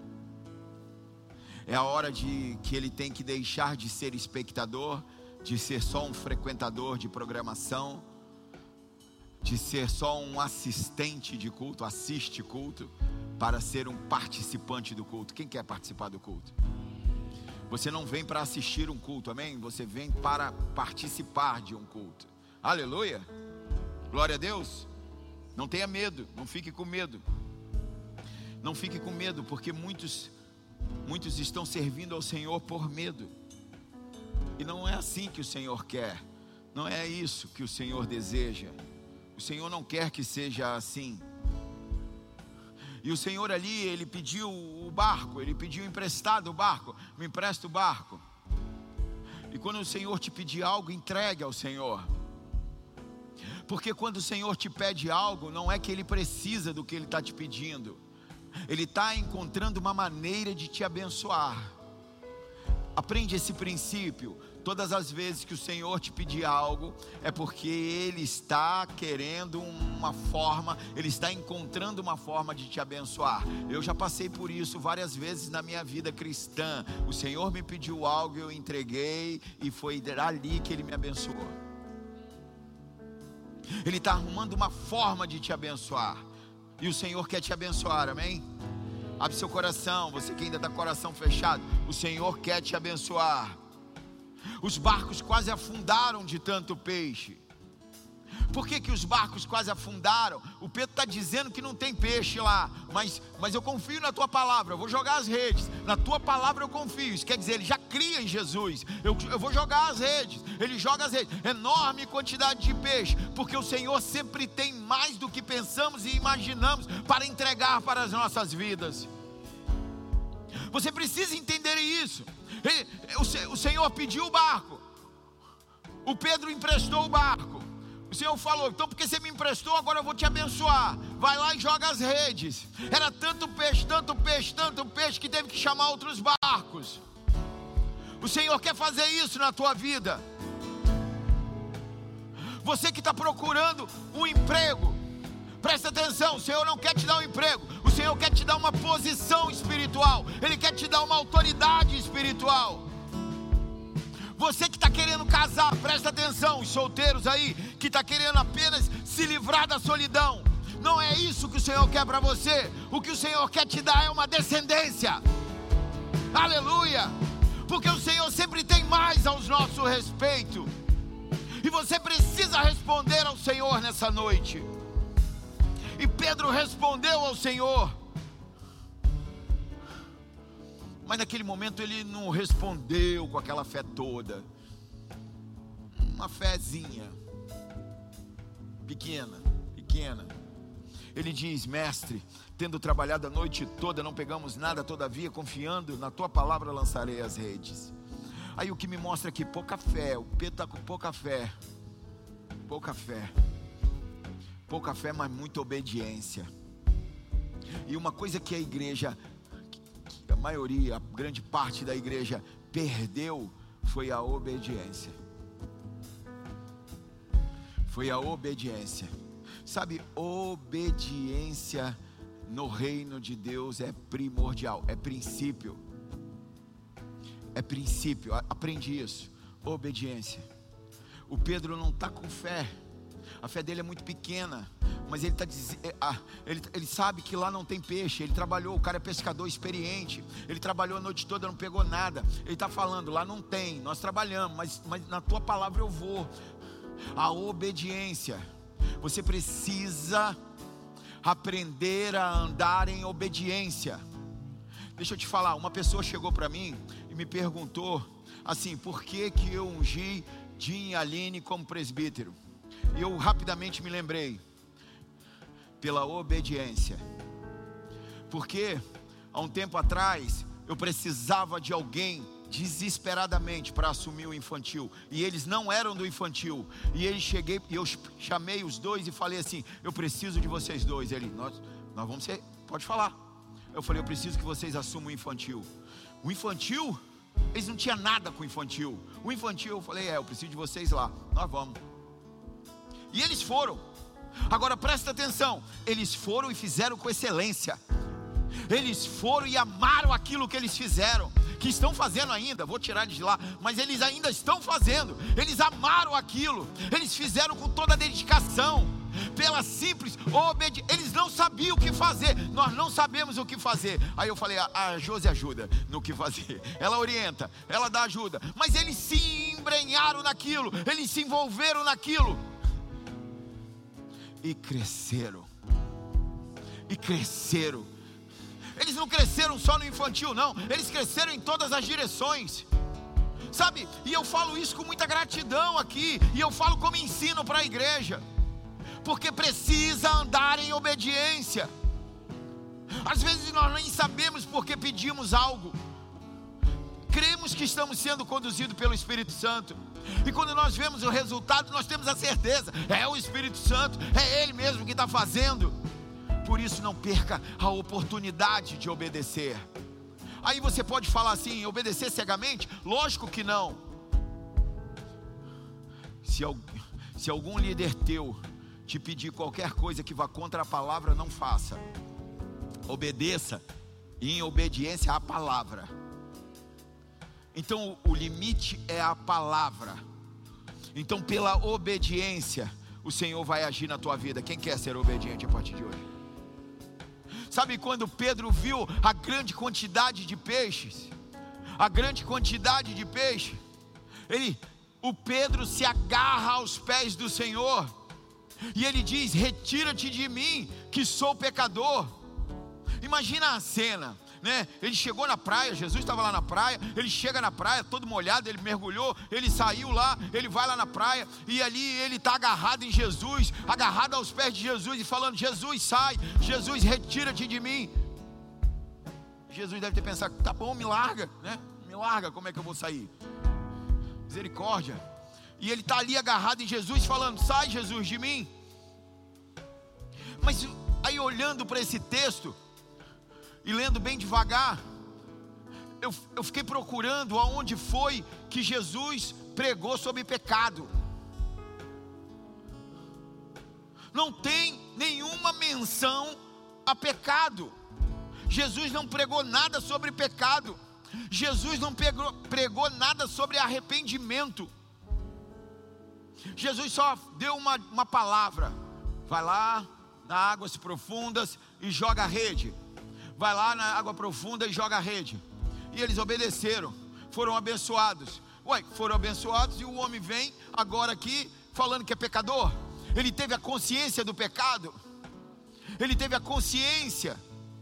É a hora de que ele tem que deixar de ser espectador, de ser só um frequentador de programação, de ser só um assistente de culto, assiste culto, para ser um participante do culto. Quem quer participar do culto? Você não vem para assistir um culto, amém? Você vem para participar de um culto. Aleluia, glória a Deus. Não tenha medo, não fique com medo. Não fique com medo, porque muitos estão servindo ao Senhor por medo. E não é assim que o Senhor quer. Não é isso que o Senhor deseja. O Senhor não quer que seja assim. E o Senhor ali, ele pediu o barco, ele pediu emprestado o barco. Me empresta o barco. E quando o Senhor te pedir algo, entregue ao Senhor. Porque quando o Senhor te pede algo, não é que Ele precisa do que Ele está te pedindo. Ele está encontrando uma maneira de te abençoar. Aprende esse princípio. Todas as vezes que o Senhor te pedir algo, é porque Ele está querendo uma forma, Ele está encontrando uma forma de te abençoar. Eu já passei por isso várias vezes na minha vida cristã. O Senhor me pediu algo, eu entreguei, e foi ali que Ele me abençoou. Ele está arrumando uma forma de te abençoar. E o Senhor quer te abençoar, amém? Abre seu coração, você que ainda está com o coração fechado. O Senhor quer te abençoar. Os barcos quase afundaram de tanto peixe. Por que os barcos quase afundaram? O Pedro está dizendo que não tem peixe lá, mas eu confio na tua palavra, eu vou jogar as redes. Na tua palavra eu confio. Isso quer dizer, ele já cria em Jesus. Eu vou jogar as redes. Ele joga as redes, enorme quantidade de peixe, porque o Senhor sempre tem mais do que pensamos e imaginamos para entregar para as nossas vidas. Você precisa entender isso. O Senhor pediu o barco, o Pedro emprestou o barco. O Senhor falou: então porque você me emprestou, agora eu vou te abençoar. Vai lá e joga as redes. Era tanto peixe, tanto peixe, tanto peixe, que teve que chamar outros barcos. O Senhor quer fazer isso na tua vida. Você que está procurando um emprego, presta atenção, o Senhor não quer te dar um emprego. O Senhor quer te dar uma posição espiritual. Ele quer te dar uma autoridade espiritual. Você que está querendo casar, presta atenção, os solteiros aí, que está querendo apenas se livrar da solidão. Não é isso que o Senhor quer para você. O que o Senhor quer te dar é uma descendência. Aleluia. Porque o Senhor sempre tem mais ao nosso respeito. E você precisa responder ao Senhor nessa noite. E Pedro respondeu ao Senhor. Mas naquele momento ele não respondeu com aquela fé toda. Uma fezinha. pequena. Ele diz: mestre, tendo trabalhado a noite toda, não pegamos nada, todavia, confiando na tua palavra, lançarei as redes. Aí o que me mostra aqui, pouca fé. O Pedro está com pouca fé, mas muita obediência. E uma coisa que a igreja, a maioria, a grande parte da igreja perdeu, foi a obediência. Sabe, obediência no reino de Deus é primordial, é princípio. Aprendi isso. Obediência. O Pedro não está com fé. A fé dele é muito pequena, mas ele sabe que lá não tem peixe. Ele trabalhou, o cara é pescador experiente. Ele trabalhou a noite toda, não pegou nada. Ele está falando, lá não tem, nós trabalhamos, mas na tua palavra eu vou. A obediência. Você precisa aprender a andar em obediência. Deixa eu te falar, uma pessoa chegou para mim e me perguntou assim: por que eu ungi Jim e Aline como presbítero? E eu rapidamente me lembrei: pela obediência. Porque há um tempo atrás eu precisava de alguém desesperadamente para assumir o infantil, e eles não eram do infantil, e eu chamei os dois e falei assim: eu preciso de vocês dois. Nós vamos ser, pode falar. Eu falei: eu preciso que vocês assumam o infantil. O infantil, eles não tinham nada com o infantil. O infantil, eu falei: eu preciso de vocês lá, nós vamos. E eles foram. Agora presta atenção, eles foram e fizeram com excelência. Eles foram e amaram aquilo que eles fizeram, que estão fazendo ainda. Vou tirar eles de lá, mas eles ainda estão fazendo. Eles amaram aquilo, eles fizeram com toda a dedicação, pela simples obediência. Eles não sabiam o que fazer, nós não sabemos o que fazer. Aí eu falei: a Josi ajuda no que fazer, ela orienta, ela dá ajuda. Mas eles se embrenharam naquilo, eles se envolveram naquilo e cresceram. Eles não cresceram só no infantil, não. Eles cresceram em todas as direções, sabe? E eu falo isso com muita gratidão aqui, e eu falo como ensino para a igreja, porque precisa andar em obediência. Às vezes nós nem sabemos porque pedimos algo. Cremos que estamos sendo conduzidos pelo Espírito Santo, e quando nós vemos o resultado, nós temos a certeza: é o Espírito Santo, é Ele mesmo que está fazendo. Por isso não perca a oportunidade de obedecer. Aí você pode falar assim: obedecer cegamente? Lógico que não. Se algum líder teu te pedir qualquer coisa que vá contra a palavra, não faça. Obedeça em obediência à palavra. Então o limite é a palavra. Então pela obediência o Senhor vai agir na tua vida. Quem quer ser obediente a partir de hoje? Sabe, quando Pedro viu a grande quantidade de peixes, o Pedro se agarra aos pés do Senhor, e ele diz: retira-te de mim, que sou pecador. Imagina a cena, né? Ele chegou na praia, Jesus estava lá na praia. Ele chega na praia todo molhado, ele mergulhou, ele saiu lá, ele vai lá na praia, e ali ele está agarrado em Jesus, agarrado aos pés de Jesus e falando: Jesus, sai, Jesus, retira-te de mim. Jesus deve ter pensado: tá bom, me larga, né? Me larga, como é que eu vou sair? Misericórdia. E ele está ali agarrado em Jesus, falando: sai, Jesus, de mim. Mas aí, olhando para esse texto e lendo bem devagar, eu fiquei procurando aonde foi que Jesus pregou sobre pecado. Não tem nenhuma menção a pecado. Jesus não pregou nada sobre pecado. Jesus não pregou nada sobre arrependimento. Jesus só deu uma palavra: vai lá nas águas profundas e joga a rede. Vai lá na água profunda e joga a rede. E eles obedeceram, foram abençoados. Foram abençoados, e o homem vem agora aqui falando que é pecador. Ele teve a consciência do pecado. Ele teve a consciência.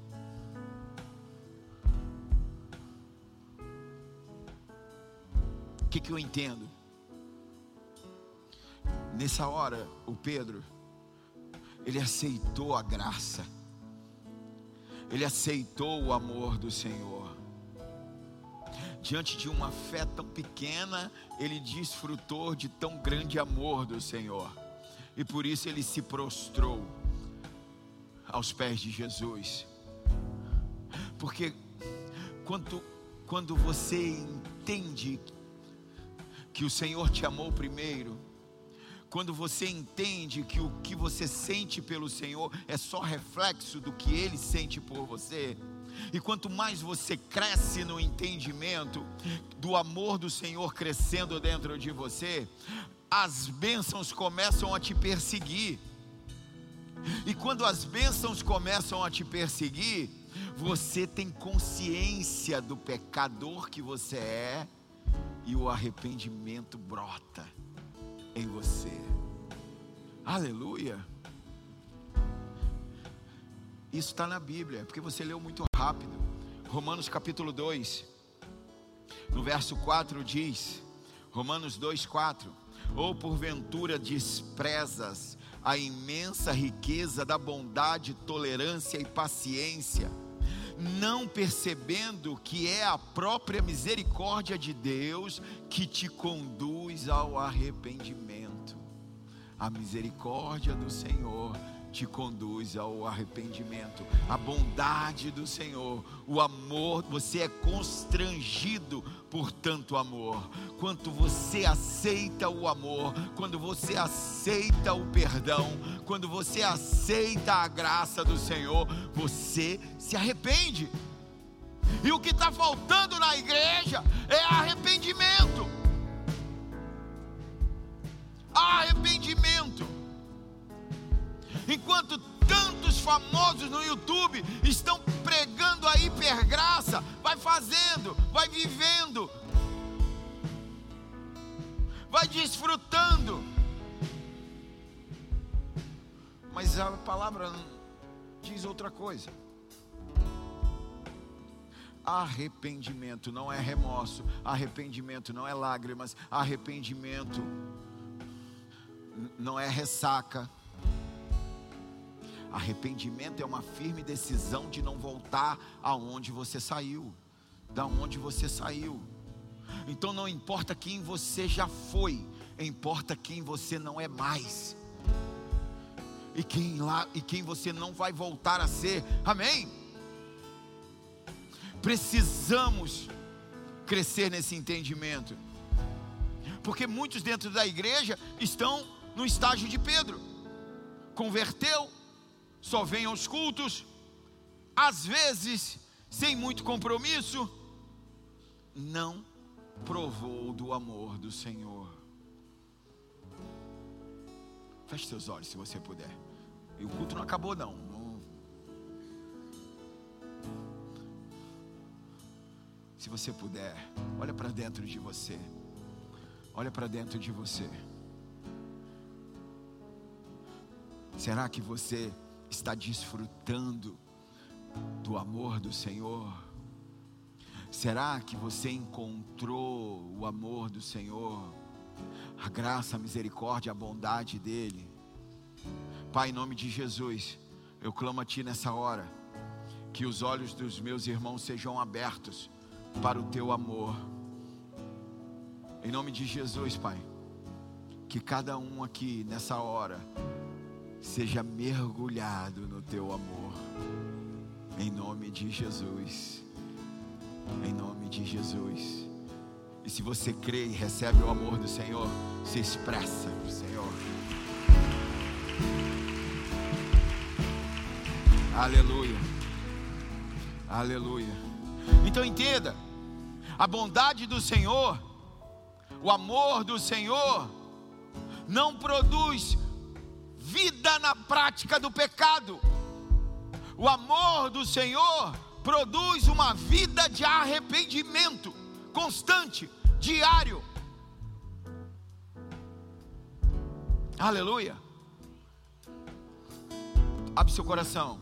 O que eu entendo? Nessa hora, o Pedro ele aceitou a graça, ele aceitou o amor do Senhor. Diante de uma fé tão pequena, ele desfrutou de tão grande amor do Senhor, e por isso ele se prostrou aos pés de Jesus. Porque quando você entende que o Senhor te amou primeiro, quando você entende que o que você sente pelo Senhor é só reflexo do que Ele sente por você, e quanto mais você cresce no entendimento do amor do Senhor crescendo dentro de você, as bênçãos começam a te perseguir. E quando as bênçãos começam a te perseguir, você tem consciência do pecador que você é, e o arrependimento brota em você. Aleluia. Isso está na Bíblia, porque você leu muito rápido. Romanos capítulo 2, no verso 4 diz, Romanos 2:4: ou porventura desprezas a imensa riqueza da bondade, tolerância e paciência, não percebendo que é a própria misericórdia de Deus que te conduz ao arrependimento. A misericórdia do Senhor te conduz ao arrependimento, a bondade do Senhor, o amor. Você é constrangido por tanto amor. Quando você aceita o amor, quando você aceita o perdão, quando você aceita a graça do Senhor, você se arrepende. E o que está faltando na igreja é arrependimento. Arrependimento. Enquanto tantos famosos no YouTube estão pregando a hipergraça, vai fazendo, vai vivendo, vai desfrutando, mas a palavra diz outra coisa. Arrependimento não é remorso, arrependimento não é lágrimas, arrependimento não é ressaca. Arrependimento é uma firme decisão de não voltar aonde você saiu, da onde você saiu. Então não importa quem você já foi, importa quem você não é mais, e quem você não vai voltar a ser. Amém? Precisamos crescer nesse entendimento, porque muitos dentro da igreja estão no estágio de Pedro. Converteu, só vem aos cultos, às vezes sem muito compromisso, não provou do amor do Senhor. Feche seus olhos se você puder. E o culto não acabou não. Se você puder, olha para dentro de você. Olha para dentro de você. Será que você está desfrutando do amor do Senhor? Será que você encontrou o amor do Senhor, a graça, a misericórdia, a bondade dele? Pai, em nome de Jesus, eu clamo a Ti nessa hora, que os olhos dos meus irmãos sejam abertos para o Teu amor. Em nome de Jesus, Pai, que cada um aqui nessa hora seja mergulhado no Teu amor, em nome de Jesus, em nome de Jesus. E se você crê e recebe o amor do Senhor, se expressa para o Senhor. Aleluia, aleluia. Então entenda, a bondade do Senhor, o amor do Senhor não produz vida na prática do pecado. O amor do Senhor produz uma vida de arrependimento constante, diário. Aleluia. Abre seu coração.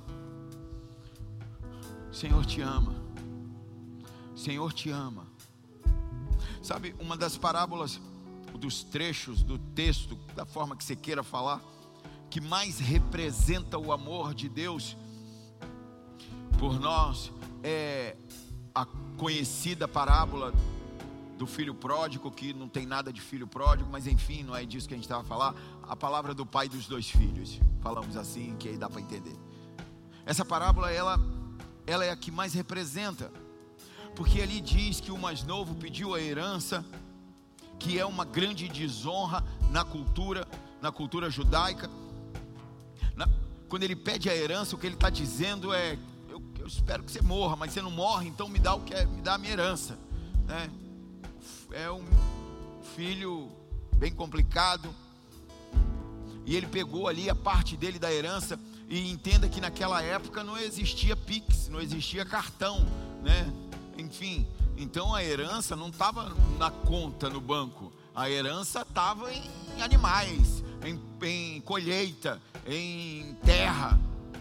O Senhor te ama. O Senhor te ama. Sabe, uma das parábolas, dos trechos do texto, da forma que você queira falar, que mais representa o amor de Deus por nós é a conhecida parábola do filho pródigo, que não tem nada de filho pródigo, mas enfim, não é disso que a gente estava a falar. A palavra do pai dos 2 filhos, falamos assim, que aí dá para entender. Essa parábola, ela é a que mais representa, porque ali diz que o mais novo pediu a herança, que é uma grande desonra na cultura judaica. Quando ele pede a herança, o que ele está dizendo é: eu espero que você morra, mas você não morre, então me dá a minha herança, né? É um filho bem complicado, e ele pegou ali a parte dele da herança. E entenda que naquela época não existia Pix, não existia cartão, né? Enfim, então a herança não estava na conta no banco, a herança estava em animais, em colheita, em terra.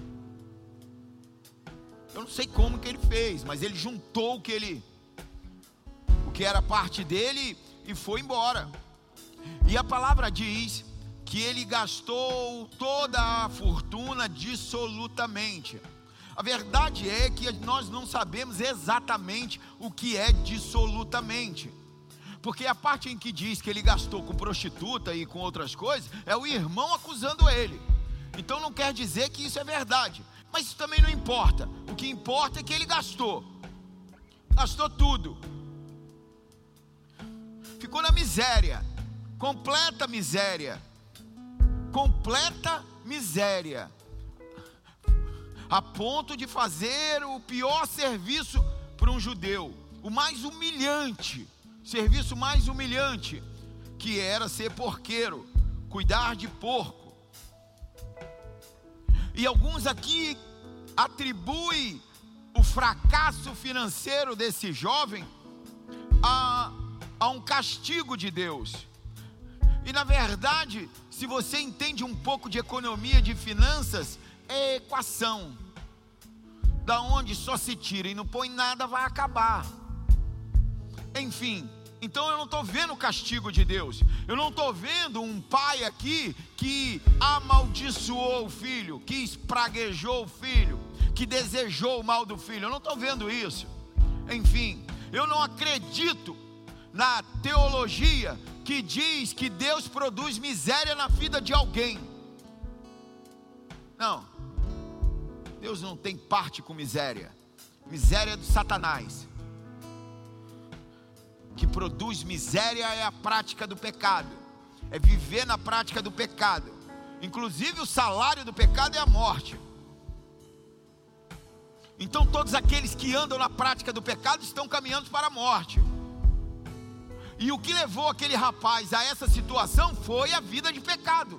Eu não sei como que ele fez, mas ele juntou o que era parte dele e foi embora. E a palavra diz que ele gastou toda a fortuna dissolutamente. A verdade é que nós não sabemos exatamente o que é dissolutamente, porque a parte em que diz que ele gastou com prostituta e com outras coisas, é o irmão acusando ele. Então não quer dizer que isso é verdade, mas isso também não importa. O que importa é que ele gastou tudo, ficou na miséria, completa miséria, a ponto de fazer o pior serviço para um judeu, o mais humilhante, serviço mais humilhante, que era ser porqueiro, cuidar de porco. E alguns aqui atribuem o fracasso financeiro desse jovem a um castigo de Deus. E na verdade, se você entende um pouco de economia, de finanças, é equação, da onde só se tira e não põe nada, vai acabar. Enfim, então eu não estou vendo o castigo de Deus. Eu não estou vendo um pai aqui que amaldiçoou o filho, que espraguejou o filho, que desejou o mal do filho. Eu não estou vendo isso. Enfim, eu não acredito na teologia que diz que Deus produz miséria na vida de alguém. Não, Deus não tem parte com miséria. Miséria é do Satanás. Que produz miséria é a prática do pecado, é viver na prática do pecado. Inclusive o salário do pecado é a morte. Então todos aqueles que andam na prática do pecado estão caminhando para a morte. E o que levou aquele rapaz a essa situação foi a vida de pecado.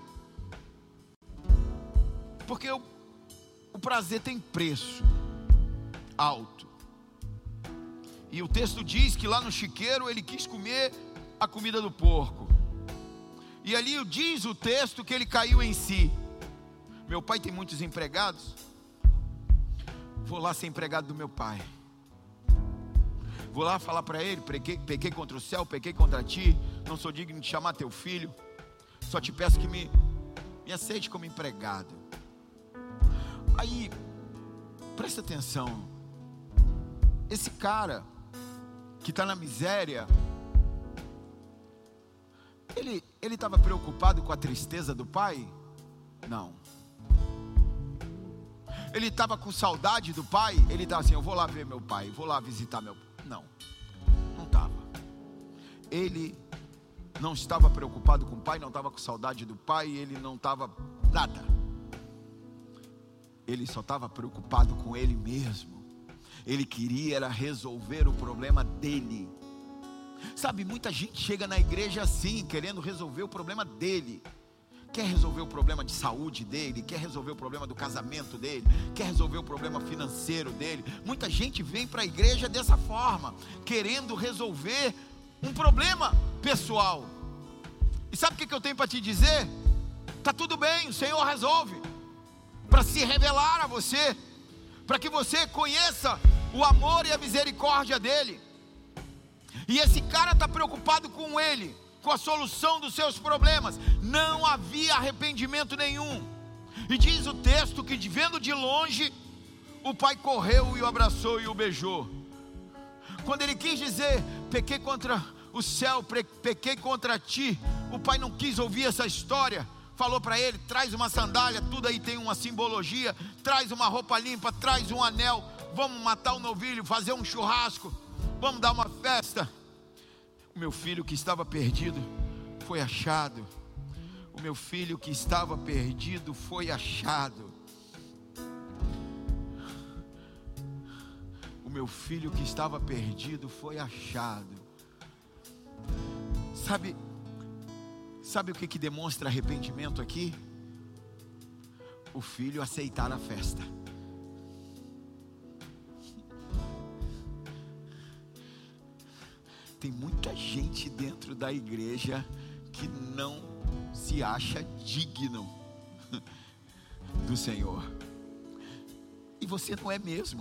Porque o prazer tem preço alto. E o texto diz que lá no chiqueiro ele quis comer a comida do porco. E ali diz o texto que ele caiu em si. Meu pai tem muitos empregados. Vou lá ser empregado do meu pai. Vou lá falar para ele: pequei contra o céu, pequei contra ti, não sou digno de chamar teu filho. Só te peço que me aceite como empregado. Aí, presta atenção. Esse cara que está na miséria, ele estava preocupado com a tristeza do pai? Não. Ele estava com saudade do pai? Ele estava assim: eu vou lá ver meu pai, vou lá visitar meu pai. Não estava. Ele não estava preocupado com o pai, não estava com saudade do pai, ele não estava nada. Ele só estava preocupado com ele mesmo. Ele queria era resolver o problema dele. Sabe, muita gente chega na igreja assim, querendo resolver o problema dele. Quer resolver o problema de saúde dele, quer resolver o problema do casamento dele, quer resolver o problema financeiro dele. Muita gente vem para a igreja dessa forma, querendo resolver um problema pessoal. E sabe o que eu tenho para te dizer? Está tudo bem, o Senhor resolve, para se revelar a você, para que você conheça o amor e a misericórdia dele. E esse cara está preocupado com ele, com a solução dos seus problemas. Não havia arrependimento nenhum. E diz o texto que, vendo de longe, o pai correu e o abraçou e o beijou. Quando ele quis dizer: pequei contra o céu, pequei contra ti, o pai não quis ouvir essa história. Falou para ele: traz uma sandália, tudo aí tem uma simbologia, traz uma roupa limpa, traz um anel, vamos matar o novilho, fazer um churrasco, vamos dar uma festa. O meu filho que estava perdido foi achado. O meu filho que estava perdido foi achado. O meu filho que estava perdido foi achado. Sabe o que demonstra arrependimento aqui? O filho aceitar a festa. Tem muita gente dentro da igreja que não se acha digno do Senhor. E você não é mesmo.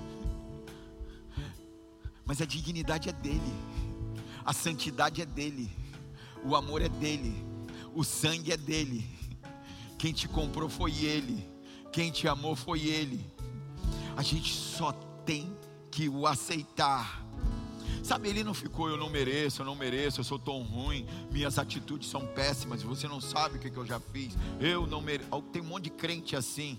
Mas a dignidade é dele, a santidade é dele, o amor é dele, o sangue é dele. Quem te comprou foi ele, quem te amou foi ele. A gente só tem que o aceitar. Sabe, ele não ficou: eu não mereço, eu sou tão ruim, minhas atitudes são péssimas, você não sabe o que eu já fiz, eu não mereço. Tem um monte de crente assim.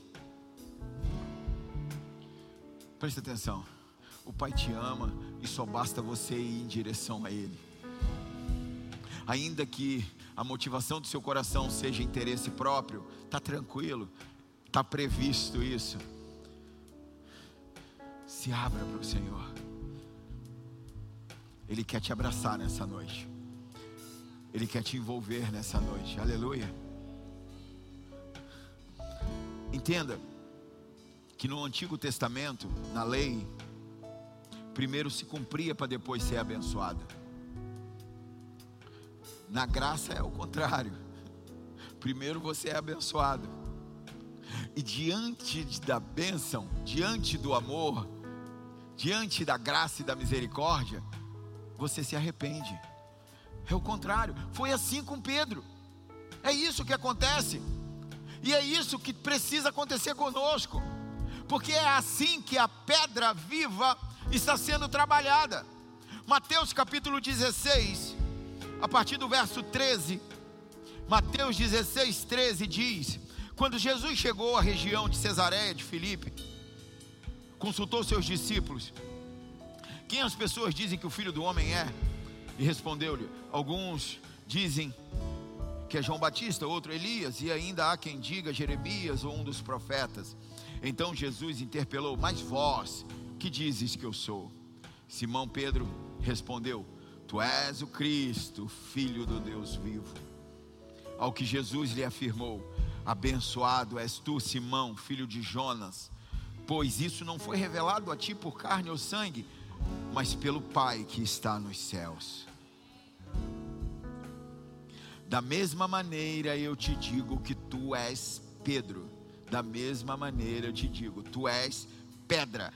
Presta atenção, o Pai te ama e só basta você ir em direção a Ele. Ainda que a motivação do seu coração seja interesse próprio, está tranquilo, está previsto isso. Se abra para o Senhor. Ele quer te abraçar nessa noite. Ele quer te envolver nessa noite. Aleluia. Entenda que no Antigo Testamento, na lei, primeiro se cumpria para depois ser abençoado. Na graça é o contrário. Primeiro você é abençoado. E diante da bênção, diante do amor, diante da graça e da misericórdia, você se arrepende. É o contrário. Foi assim com Pedro. É isso que acontece. E é isso que precisa acontecer conosco. Porque é assim que a pedra viva está sendo trabalhada. Mateus capítulo 16, a partir do verso 13. Mateus 16, 13 diz: quando Jesus chegou à região de Cesareia de Filipe, consultou seus discípulos: quem as pessoas dizem que o Filho do Homem é? E respondeu-lhe: alguns dizem que é João Batista, outro Elias, e ainda há quem diga Jeremias ou um dos profetas. Então Jesus interpelou: mas vós, que dizes que eu sou? Simão Pedro respondeu: tu és o Cristo, Filho do Deus vivo. Ao que Jesus lhe afirmou: abençoado és tu, Simão, filho de Jonas, pois isso não foi revelado a ti por carne ou sangue, mas pelo Pai que está nos céus. Da mesma maneira eu te digo que tu és Pedro. Da mesma maneira eu te digo, tu és pedra.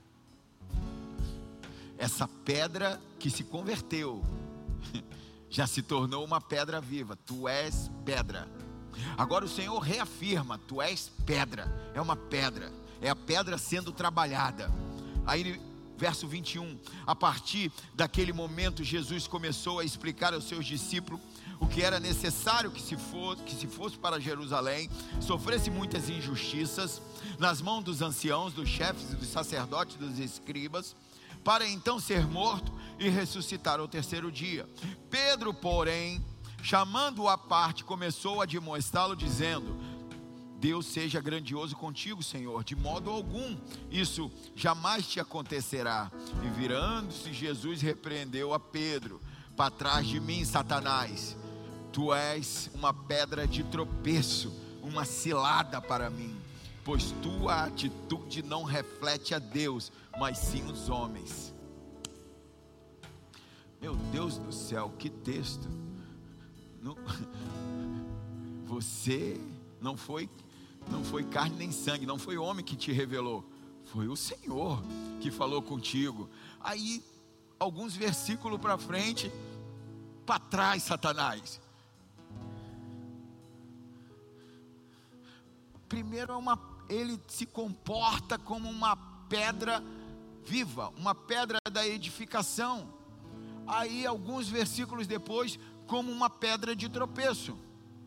Essa pedra que se converteu já se tornou uma pedra viva. Tu és pedra. Agora o Senhor reafirma: tu és pedra. É uma pedra, é a pedra sendo trabalhada. Aí verso 21, a partir daquele momento Jesus começou a explicar aos seus discípulos o que era necessário que se fosse para Jerusalém, sofresse muitas injustiças nas mãos dos anciãos, dos chefes e dos sacerdotes, dos escribas, para então ser morto e ressuscitar ao terceiro dia. Pedro, porém, chamando-o à parte, começou a admoestá-lo, dizendo: Deus seja grandioso contigo, Senhor, de modo algum isso jamais te acontecerá. E virando-se, Jesus repreendeu a Pedro: para trás de mim, Satanás, tu és uma pedra de tropeço, uma cilada para mim, pois tua atitude não reflete a Deus, mas sim os homens. Meu Deus do céu, que texto! Você não foi carne nem sangue, não foi homem que te revelou, foi o Senhor que falou contigo. Aí, alguns versículos para frente: para trás, Satanás. primeiro ele se comporta como uma pedra viva, uma pedra da edificação. Aí alguns versículos depois, como uma pedra de tropeço.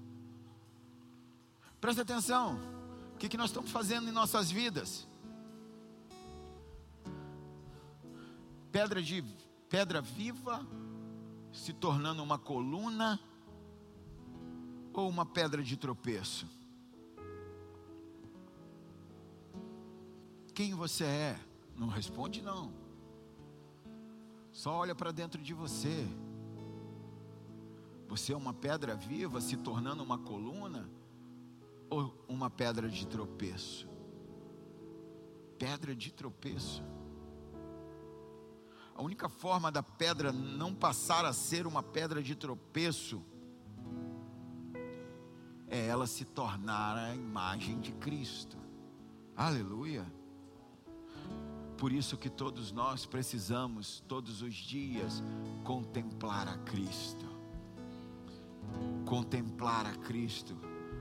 Presta atenção, o que nós estamos fazendo em nossas vidas? Pedra viva, se tornando uma coluna, ou uma pedra de tropeço? Quem você é? Não responde não. Só olha para dentro de você. Você é uma pedra viva se tornando uma coluna, ou uma pedra de tropeço? Pedra de tropeço. A única forma da pedra não passar a ser uma pedra de tropeço é ela se tornar a imagem de Cristo. Aleluia. Por isso que todos nós precisamos, todos os dias, contemplar a Cristo. Contemplar a Cristo.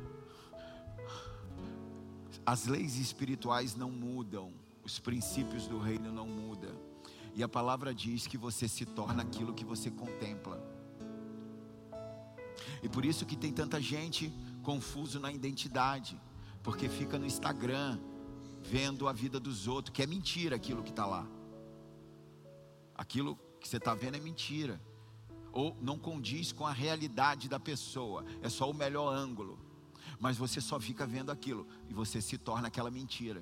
As leis espirituais não mudam, os princípios do reino não mudam. E a palavra diz que você se torna aquilo que você contempla. E por isso que tem tanta gente confuso na identidade, porque fica no Instagram vendo a vida dos outros, que é mentira aquilo que está lá. Aquilo que você está vendo é mentira, ou não condiz com a realidade da pessoa, é só o melhor ângulo, mas você só fica vendo aquilo, e você se torna aquela mentira.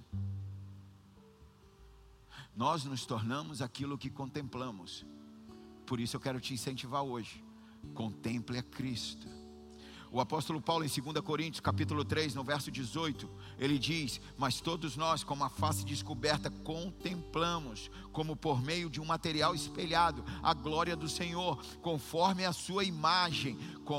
Nós nos tornamos aquilo que contemplamos. Por isso eu quero te incentivar hoje. Contemple a Cristo. O apóstolo Paulo em 2 Coríntios capítulo 3, no verso 18, ele diz: mas todos nós, com a face descoberta, contemplamos, como por meio de um material espelhado, a glória do Senhor, conforme a sua imagem,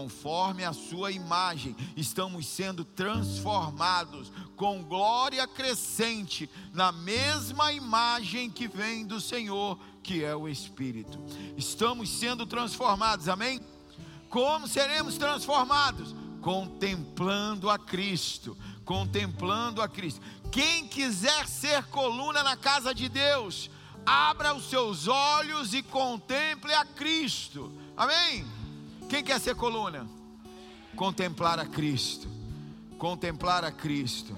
estamos sendo transformados com glória crescente, na mesma imagem que vem do Senhor, que é o Espírito. Estamos sendo transformados, amém? Como seremos transformados? Contemplando a Cristo. Contemplando a Cristo. Quem quiser ser coluna na casa de Deus, abra os seus olhos e contemple a Cristo. Amém? Quem quer ser coluna? Contemplar a Cristo. Contemplar a Cristo.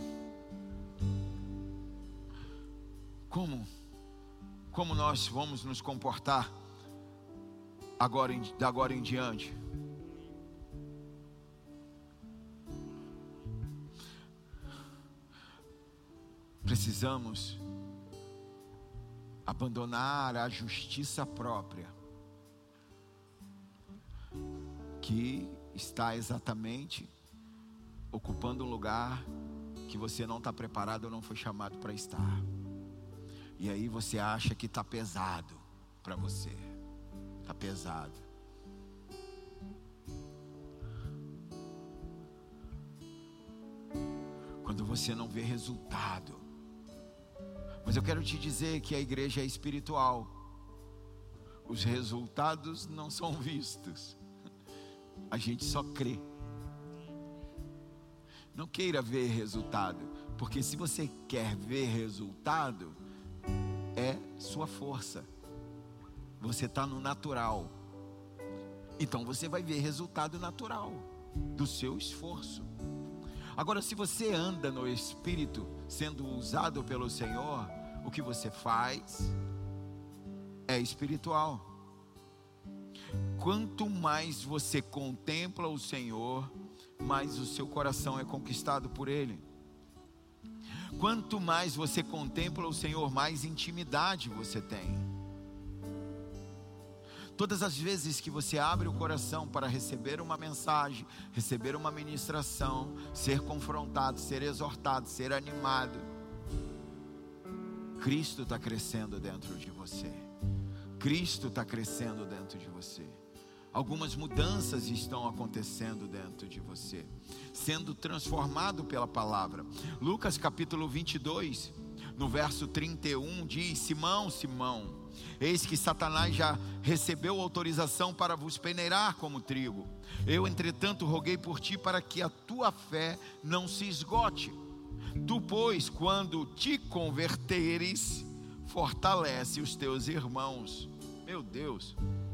Como nós vamos nos comportar de agora em diante? Precisamos abandonar a justiça própria, que está exatamente ocupando um lugar que você não está preparado ou não foi chamado para estar. E aí você acha que está pesado para você. Está pesado. Quando você não vê resultado. Mas eu quero te dizer que a igreja é espiritual. Os resultados não são vistos. A gente só crê. Não queira ver resultado, porque se você quer ver resultado, é sua força. Você está no natural. Então você vai ver resultado natural do seu esforço. Agora, se você anda no Espírito, sendo usado pelo Senhor, o que você faz é espiritual. Quanto mais você contempla o Senhor, mais o seu coração é conquistado por Ele. Quanto mais você contempla o Senhor, mais intimidade você tem. Todas as vezes que você abre o coração para receber uma mensagem, receber uma ministração, ser confrontado, ser exortado, ser animado, Cristo está crescendo dentro de você. Cristo está crescendo dentro de você. Algumas mudanças estão acontecendo dentro de você, sendo transformado pela palavra. Lucas capítulo 22, no verso 31 diz: Simão, Simão, eis que Satanás já recebeu autorização para vos peneirar como trigo. Eu, entretanto, roguei por ti para que a tua fé não se esgote. Tu, pois, quando te converteres, fortalece os teus irmãos. Meu Deus,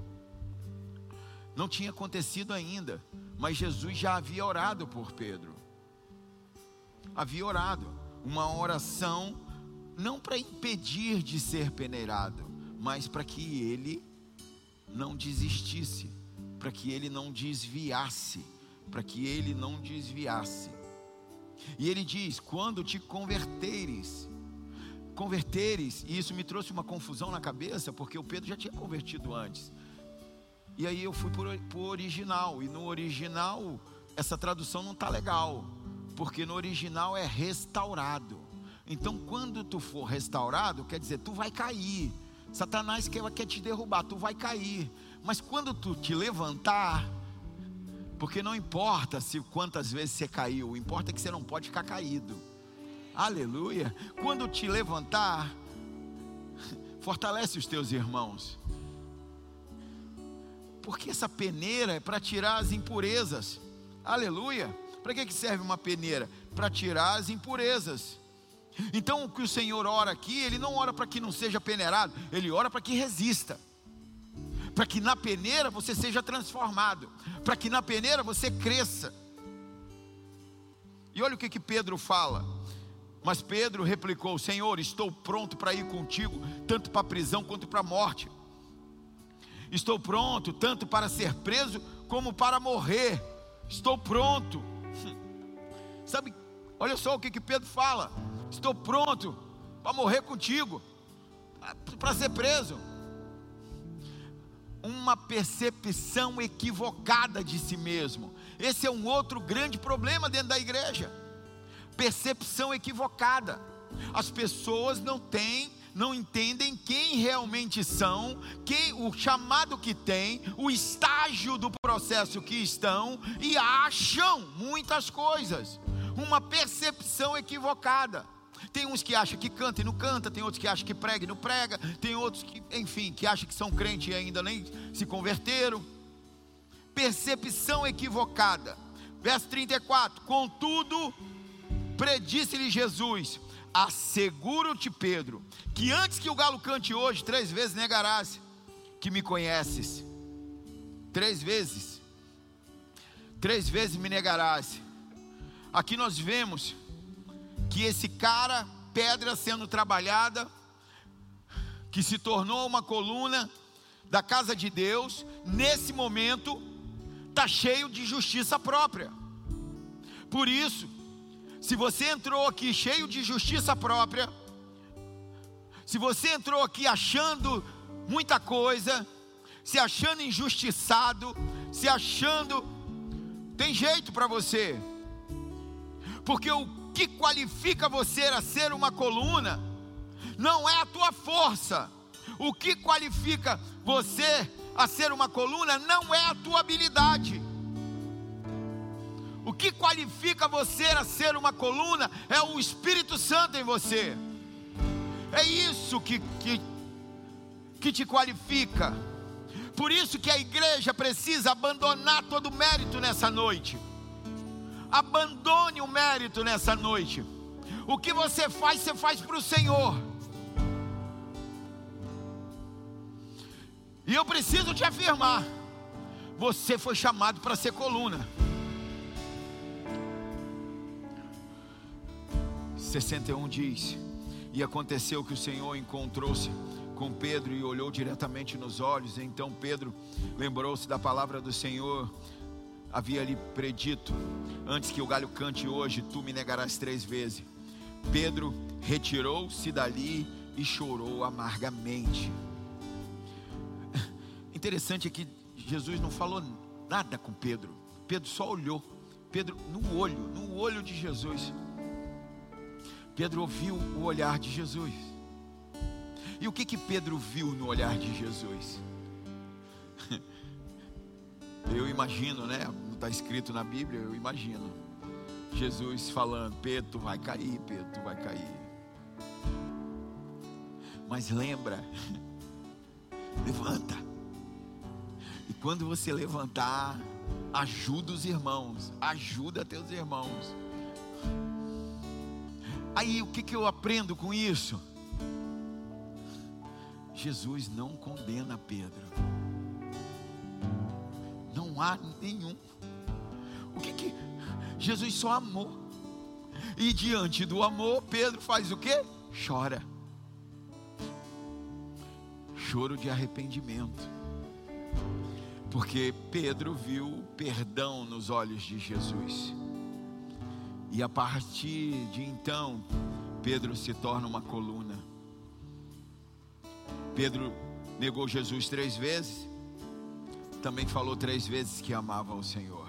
não tinha acontecido ainda, mas Jesus já havia orado por Pedro. Havia orado, uma oração não para impedir de ser peneirado, mas para que ele não desistisse, para que ele não desviasse, E ele diz: quando te converteres, e isso me trouxe uma confusão na cabeça, porque o Pedro já tinha convertido antes. E aí eu fui para o original, e no original essa tradução não está legal, porque no original é restaurado. Então quando tu for restaurado, quer dizer, tu vai cair. Satanás quer te derrubar, tu vai cair. Mas quando tu te levantar, porque não importa se quantas vezes você caiu, importa que você não pode ficar caído. Aleluia. Quando te levantar, fortalece os teus irmãos, porque essa peneira é para tirar as impurezas. Aleluia. Para que serve uma peneira? Para tirar as impurezas. Então o que o Senhor ora aqui, Ele não ora para que não seja peneirado, Ele ora para que resista, para que na peneira você seja transformado, para que na peneira você cresça. E olha o que Pedro fala. Mas Pedro replicou: Senhor, estou pronto para ir contigo, tanto para a prisão quanto para a morte. Estou pronto tanto para ser preso como para morrer. Estou pronto. Sabe, olha só o que Pedro fala: estou pronto para morrer contigo, para ser preso. Uma percepção equivocada de si mesmo. Esse é um outro grande problema dentro da igreja. Percepção equivocada. As pessoas não entendem quem realmente são, o chamado que tem, o estágio do processo que estão, e acham muitas coisas. Uma percepção equivocada. Tem uns que acham que canta e não canta, tem outros que acham que prega e não prega, tem outros que, enfim, que acham que são crentes e ainda nem se converteram. Percepção equivocada. Verso 34: contudo, predisse-lhe Jesus: asseguro-te, Pedro, que antes que o galo cante hoje, 3 vezes negarás que me conheces. 3 vezes. 3 vezes me negarás. Aqui nós vemos que esse cara, pedra sendo trabalhada, que se tornou uma coluna da casa de Deus, nesse momento está cheio de justiça própria. Por isso, se você entrou aqui cheio de justiça própria, se você entrou aqui achando muita coisa, se achando injustiçado, se achando, tem jeito para você, porque o que qualifica você a ser uma coluna não é a tua força. O que qualifica você a ser uma coluna não é a tua habilidade. O que qualifica você a ser uma coluna é o Espírito Santo em você. É isso que te qualifica. Por isso que a igreja precisa abandonar todo o mérito nessa noite. Abandone o mérito nessa noite. O que você faz para o Senhor. E eu preciso te afirmar: você foi chamado para ser coluna. 61 diz: e aconteceu que o Senhor encontrou-se com Pedro e olhou diretamente nos olhos. Então Pedro lembrou-se da palavra do Senhor, havia lhe predito: antes que o galho cante hoje, tu me negarás 3 vezes. Pedro retirou-se dali e chorou amargamente. Interessante é que Jesus não falou nada com Pedro. Pedro só olhou. Pedro no olho de Jesus. Pedro ouviu o olhar de Jesus. E o que Pedro viu no olhar de Jesus? Eu imagino, né? Não está escrito na Bíblia, eu imagino Jesus falando: Pedro, tu vai cair, Pedro, tu vai cair. Mas lembra, levanta. E quando você levantar, ajuda os irmãos, ajuda teus irmãos. Aí o que eu aprendo com isso? Jesus não condena Pedro. Não há nenhum. O que Jesus só amou. E diante do amor, Pedro faz o quê? Chora. Choro de arrependimento. Porque Pedro viu o perdão nos olhos de Jesus. E a partir de então, Pedro se torna uma coluna. Pedro negou Jesus 3 vezes. Também falou 3 vezes que amava o Senhor.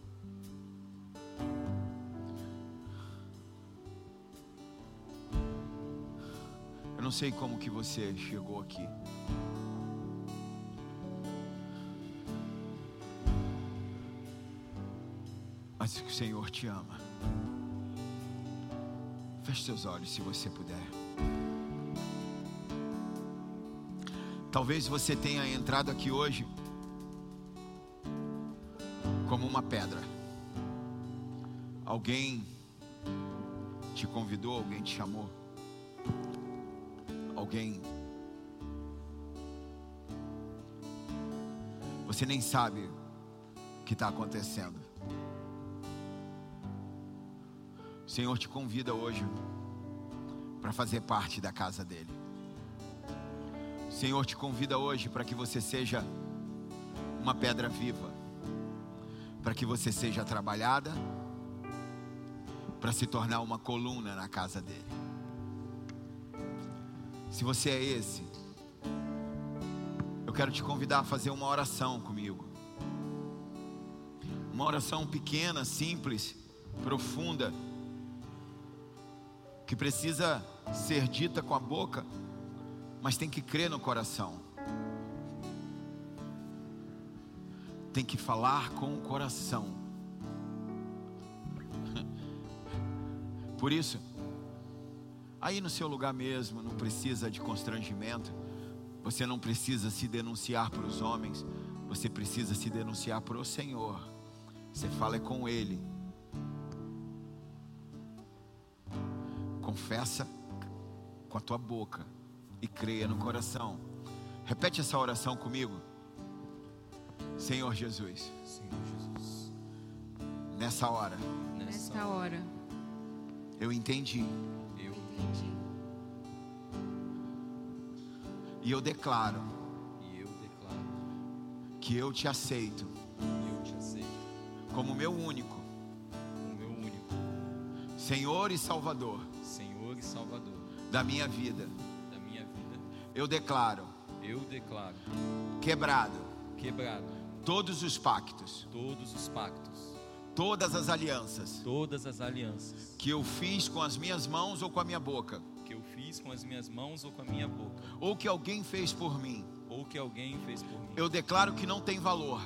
Eu não sei como que você chegou aqui. Mas o Senhor te ama. Feche seus olhos se você puder. Talvez você tenha entrado aqui hoje como uma pedra. Alguém te convidou, alguém te chamou. Alguém. Você nem sabe o que está acontecendo. O Senhor te convida hoje para fazer parte da casa dele. O Senhor te convida hoje para que você seja uma pedra viva, para que você seja trabalhada, para se tornar uma coluna na casa dele. Se você é esse, eu quero te convidar a fazer uma oração comigo. Uma oração pequena, simples, profunda, que precisa ser dita com a boca, mas tem que crer no coração. Tem que falar com o coração. Por isso, aí no seu lugar mesmo, não precisa de constrangimento. Você não precisa se denunciar para os homens. Você precisa se denunciar para o Senhor. Você fala com Ele. Confessa com a tua boca e creia no coração. Repete essa oração comigo. Senhor Jesus. Senhor Jesus. Nessa hora. Eu entendi. E eu declaro. Que eu te aceito. Como meu único. Senhor e Salvador. Da minha vida. Eu declaro. Quebrado. Todos os pactos. Todas as alianças. Que eu fiz com as minhas mãos ou com a minha boca. Ou que alguém fez por mim. Eu declaro que não tem valor.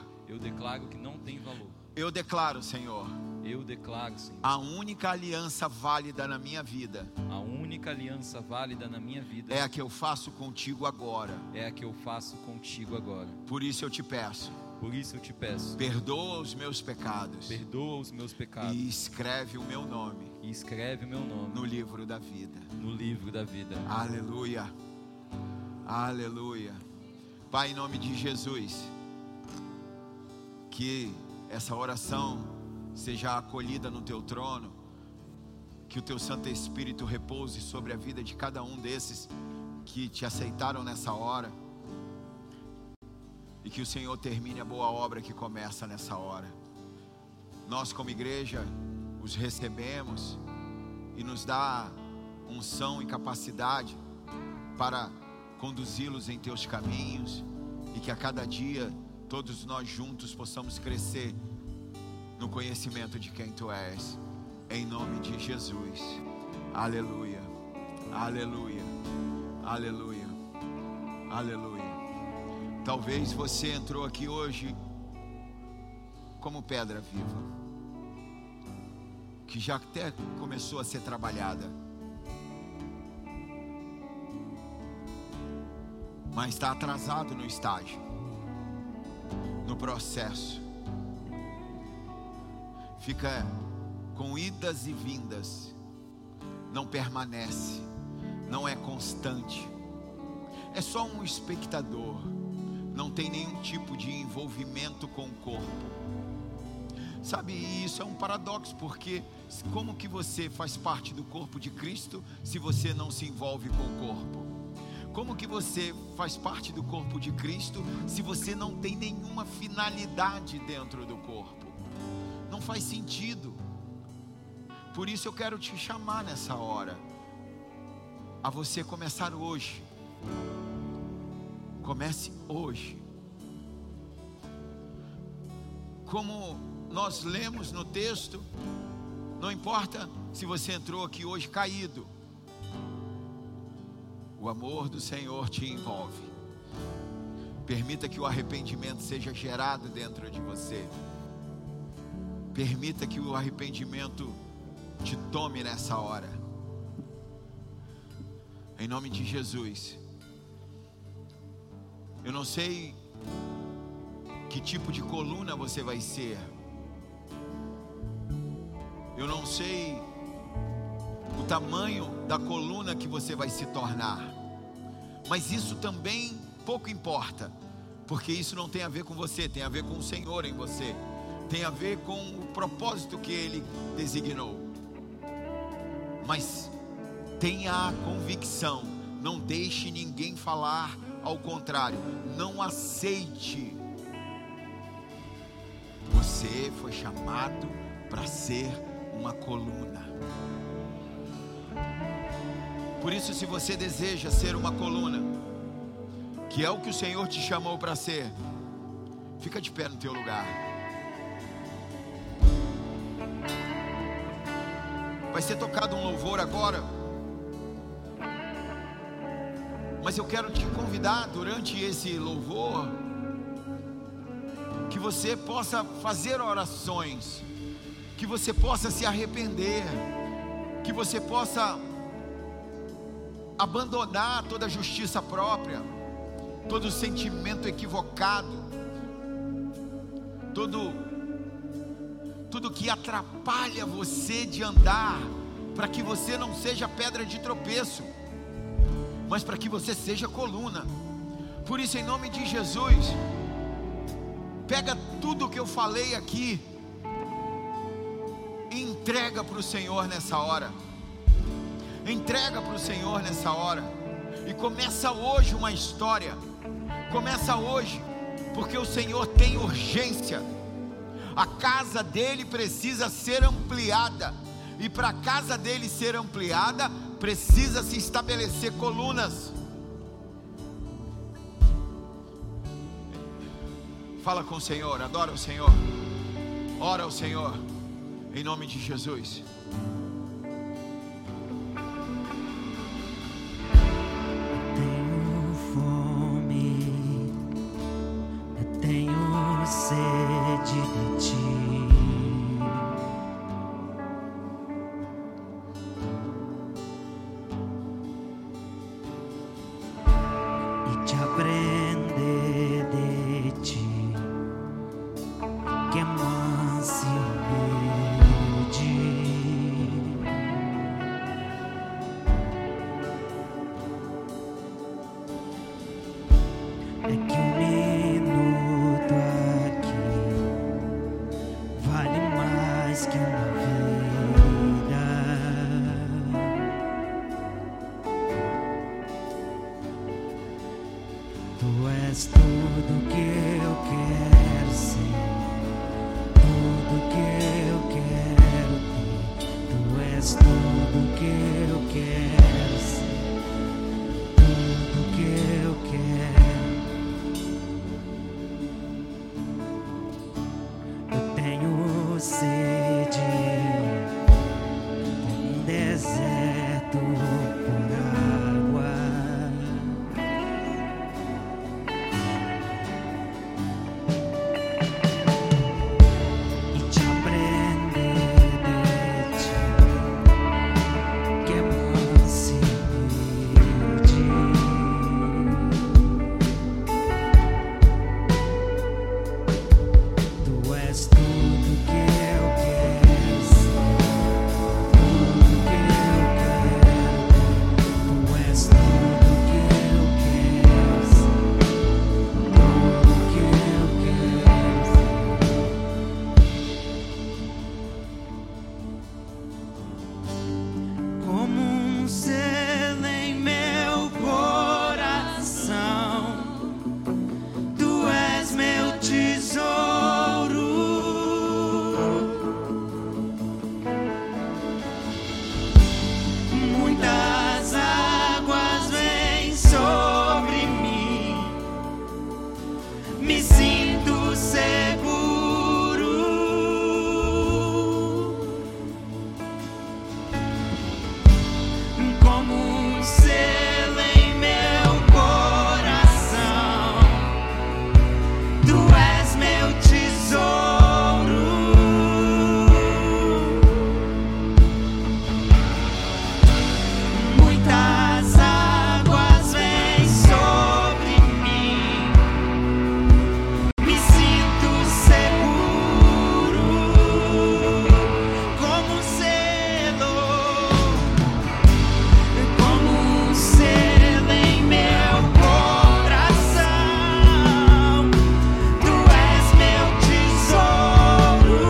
Eu declaro, Senhor. A única aliança válida na minha vida. É a que eu faço contigo agora. Por isso eu te peço. Perdoa os meus pecados. E escreve o meu nome. No livro da vida. Aleluia. Aleluia. Pai, em nome de Jesus, que essa oração seja acolhida no teu trono, que o teu Santo Espírito repouse sobre a vida de cada um desses que te aceitaram nessa hora, e que o Senhor termine a boa obra que começa nessa hora. Nós como igreja os recebemos e nos dá unção e capacidade para conduzi-los em teus caminhos, e que a cada dia todos nós juntos possamos crescer no conhecimento de quem tu és, em nome de Jesus. Aleluia, aleluia, aleluia, aleluia. Talvez você entrou aqui hoje como pedra viva, que já até começou a ser trabalhada, mas está atrasado no estágio, no processo. Fica com idas e vindas, não permanece, não é constante, é só um espectador, não tem nenhum tipo de envolvimento com o corpo. Sabe, isso é um paradoxo, porque como que você faz parte do corpo de Cristo se você não se envolve com o corpo? Como que você faz parte do corpo de Cristo se você não tem nenhuma finalidade dentro do corpo? Não faz sentido. Por isso eu quero te chamar nessa hora a você começar hoje. Comece hoje. Como nós lemos no texto, não importa se você entrou aqui hoje caído, o amor do Senhor te envolve. Permita que o arrependimento seja gerado dentro de você. Permita que o arrependimento te tome nessa hora. Em nome de Jesus. Eu não sei que tipo de coluna você vai ser. Eu não sei o tamanho da coluna que você vai se tornar. Mas isso também pouco importa, porque isso não tem a ver com você, tem a ver com o Senhor em você. Tem a ver com o propósito que Ele designou. Mas tenha a convicção, não deixe ninguém falar ao contrário, não aceite. Você foi chamado para ser uma coluna. Por isso, se você deseja ser uma coluna, que é o que o Senhor te chamou para ser, fica de pé no teu lugar. Vai ser tocado um louvor agora, mas eu quero te convidar durante esse louvor que você possa fazer orações, que você possa se arrepender, que você possa abandonar toda justiça própria, todo sentimento equivocado, tudo que atrapalha você de andar, para que você não seja pedra de tropeço, mas para que você seja coluna. Por isso, em nome de Jesus, pega tudo que eu falei aqui e entrega para o Senhor nessa hora. Entrega para o Senhor nessa hora. E começa hoje uma história. Começa hoje, porque o Senhor tem urgência. A casa dele precisa ser ampliada. E para a casa dele ser ampliada, precisa se estabelecer colunas. Fala com o Senhor, adora o Senhor, ora ao Senhor, em nome de Jesus. Tenho fome, eu tenho sede de ti. E te aprender de ti, que é manso e humilde. É que um minuto aqui vale me sinto seguro, como um selo em meu coração. Tu és meu tesouro. Muitas águas vêm sobre mim, me sinto seguro, como um selo em meu coração. Tu és meu tesouro.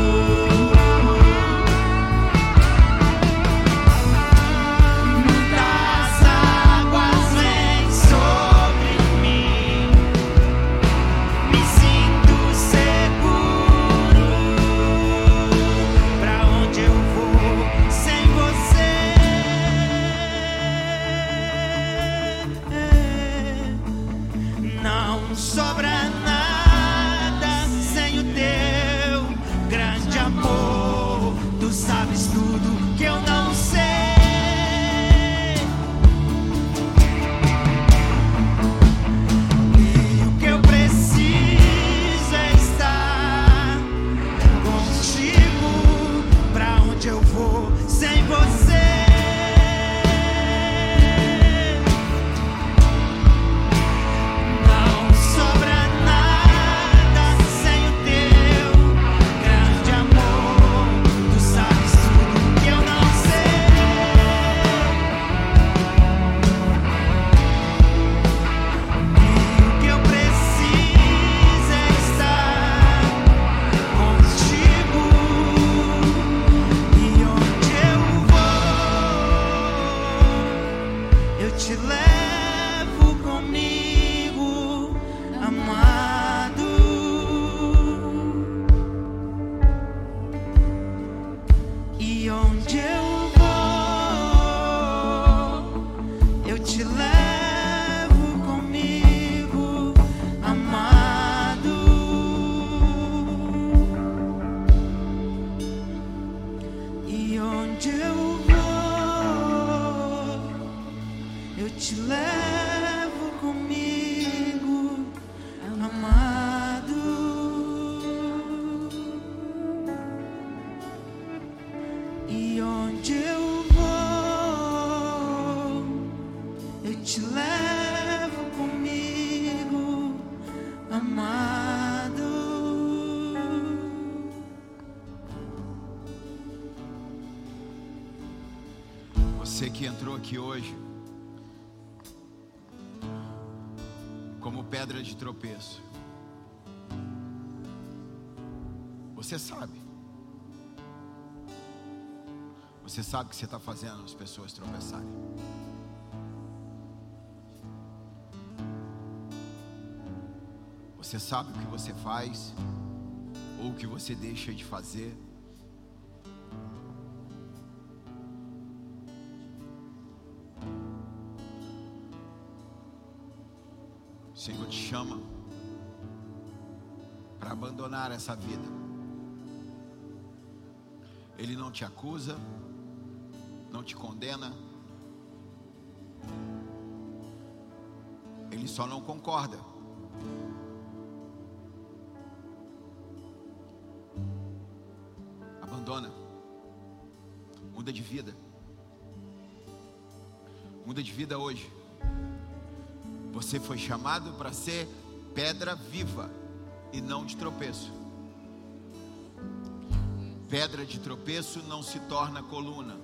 Muitas águas vêm sobre mim, me sinto seguro. Pra onde eu vou sem você? Não sobra nada sem o teu grande amor. Tu sabes tudo que eu não sei. E o que eu preciso é estar contigo. Pra onde eu vou sem você? Não sobra nada sem o teu grande amor. Tu sabes tudo que eu não sei. E o que eu preciso é estar contigo. E onde eu vou, eu te levo comigo, amado. E onde eu vou, eu te levo comigo, amado. E onde eu vou, eu te levo comigo, amado. E onde eu vou, eu te levo comigo, amado. Você que entrou aqui hoje como pedra de tropeço, você sabe que você está fazendo as pessoas tropeçarem. Você sabe o que você faz ou o que você deixa de fazer. O Senhor te chama para abandonar essa vida. Ele não te acusa, não te condena. Ele só não concorda. Abandona. Muda de vida. Muda de vida hoje. Você foi chamado para ser pedra viva e não de tropeço. Pedra de tropeço não se torna coluna.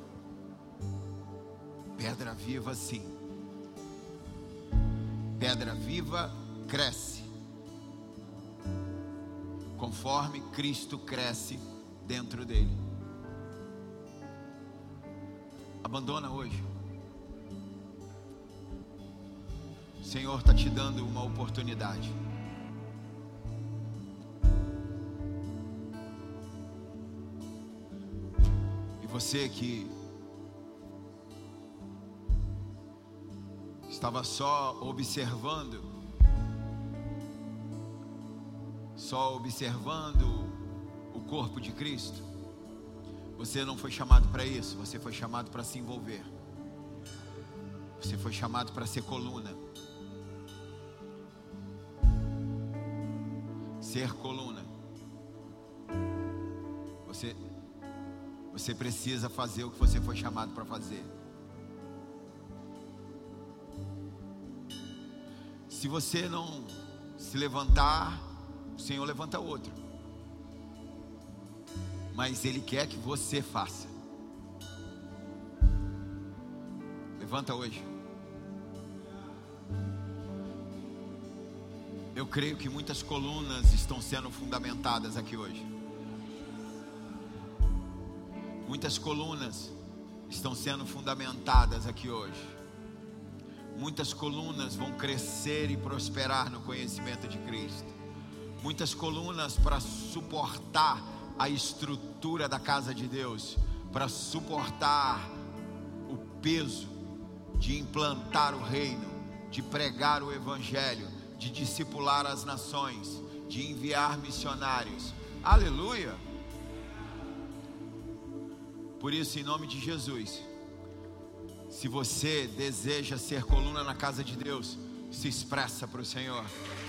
Pedra viva sim. Pedra viva cresce conforme Cristo cresce dentro dele. Abandona hoje. O Senhor está te dando uma oportunidade. E você que estava só observando só observando o corpo de Cristo. Você não foi chamado para isso. Você foi chamado para se envolver. Você foi chamado para ser coluna. Ser coluna. Você precisa fazer o que você foi chamado para fazer. Se você não se levantar, o Senhor levanta outro. Mas Ele quer que você faça. Levanta hoje. Eu creio que muitas colunas estão sendo fundamentadas aqui hoje. Muitas colunas estão sendo fundamentadas aqui hoje. Muitas colunas vão crescer e prosperar no conhecimento de Cristo. Muitas colunas para suportar a estrutura da casa de Deus, para suportar o peso de implantar o reino, de pregar o evangelho, de discipular as nações, de enviar missionários. Aleluia! Por isso, em nome de Jesus, se você deseja ser coluna na casa de Deus, se expressa para o Senhor.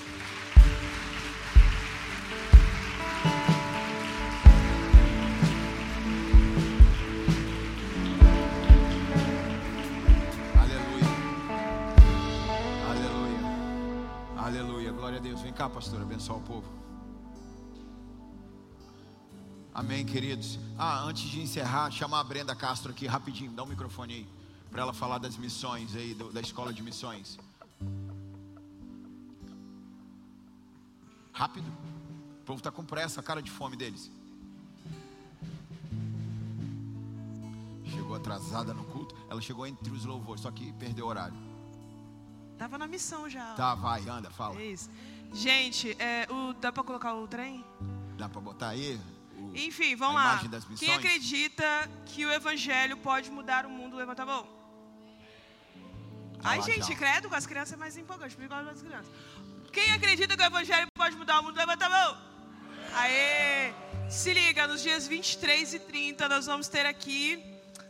Vem cá, pastor, abençoar o povo. Amém, queridos. Antes de encerrar, chamar a Brenda Castro aqui rapidinho. Dá um microfone aí, para ela falar das missões aí, da escola de missões. Rápido. O povo está com pressa, a cara de fome deles. Chegou atrasada no culto. Ela chegou entre os louvores, só que perdeu o horário. Tava na missão já. Tá, vai, anda, fala. É isso. Gente, dá pra colocar o trem? Dá pra botar aí? Enfim, vamos lá. Quem acredita que o evangelho pode mudar o mundo, levanta a mão. Ai, gente, credo, com as crianças é mais empolgante. Por igual das crianças. Quem acredita que o evangelho pode mudar o mundo, levanta a mão. Aê! Se liga, nos dias 23 e 30 nós vamos ter aqui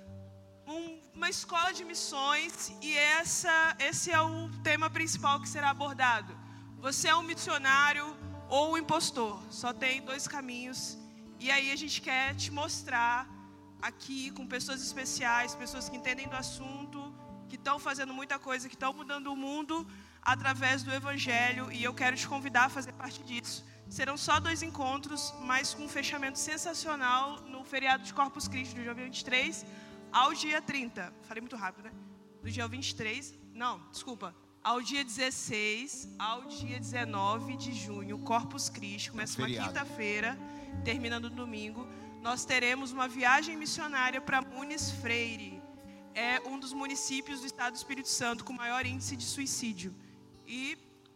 uma escola de missões. E esse é o tema principal que será abordado. Você é um missionário ou um impostor. Só tem dois caminhos. E aí a gente quer te mostrar aqui com pessoas especiais, pessoas que entendem do assunto, que estão fazendo muita coisa, que estão mudando o mundo através do evangelho. E eu quero te convidar a fazer parte disso. Serão só 2 encontros, mas com um fechamento sensacional no feriado de Corpus Christi, do dia 23 ao dia 30. Falei muito rápido, né? Do dia 23, ao dia 16 ao dia 19 de junho, Corpus Christi, começa uma quinta-feira, terminando no domingo. Nós teremos uma viagem missionária para Muniz Freire. É um dos municípios do estado do Espírito Santo com maior índice de suicídio. E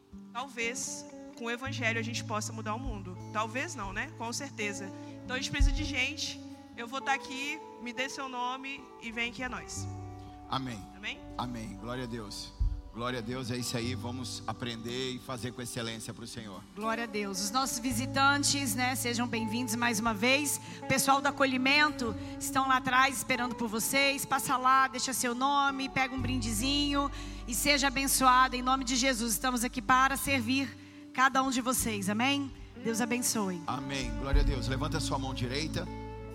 talvez com o evangelho a gente possa mudar o mundo. Talvez não, né? Com certeza. Então a gente precisa de gente. Eu vou estar aqui, me dê seu nome e vem que é nós. Amém. Amém? Amém. Glória a Deus. Glória a Deus, é isso aí, vamos aprender e fazer com excelência para o Senhor. Glória a Deus. Os nossos visitantes, né, sejam bem-vindos mais uma vez. O pessoal do acolhimento estão lá atrás esperando por vocês. Passa lá, deixa seu nome, pega um brindezinho e seja abençoado em nome de Jesus. Estamos aqui para servir cada um de vocês, amém? Deus abençoe. Amém, glória a Deus. Levanta a sua mão direita.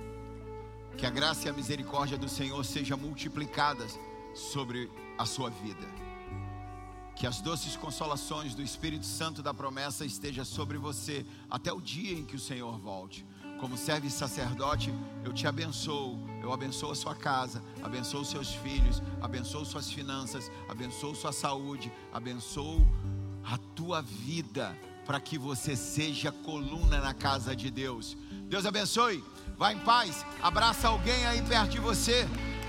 Que a graça e a misericórdia do Senhor sejam multiplicadas sobre a sua vida. Que as doces consolações do Espírito Santo da promessa esteja sobre você até o dia em que o Senhor volte. Como servo e sacerdote, eu te abençoo. Eu abençoo a sua casa, abençoo seus filhos, abençoo suas finanças, abençoo sua saúde, abençoo a tua vida, para que você seja coluna na casa de Deus. Deus abençoe. Vá em paz. Abraça alguém aí perto de você.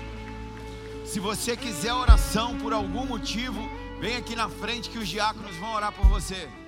Se você quiser oração por algum motivo, vem aqui na frente que os diáconos vão orar por você.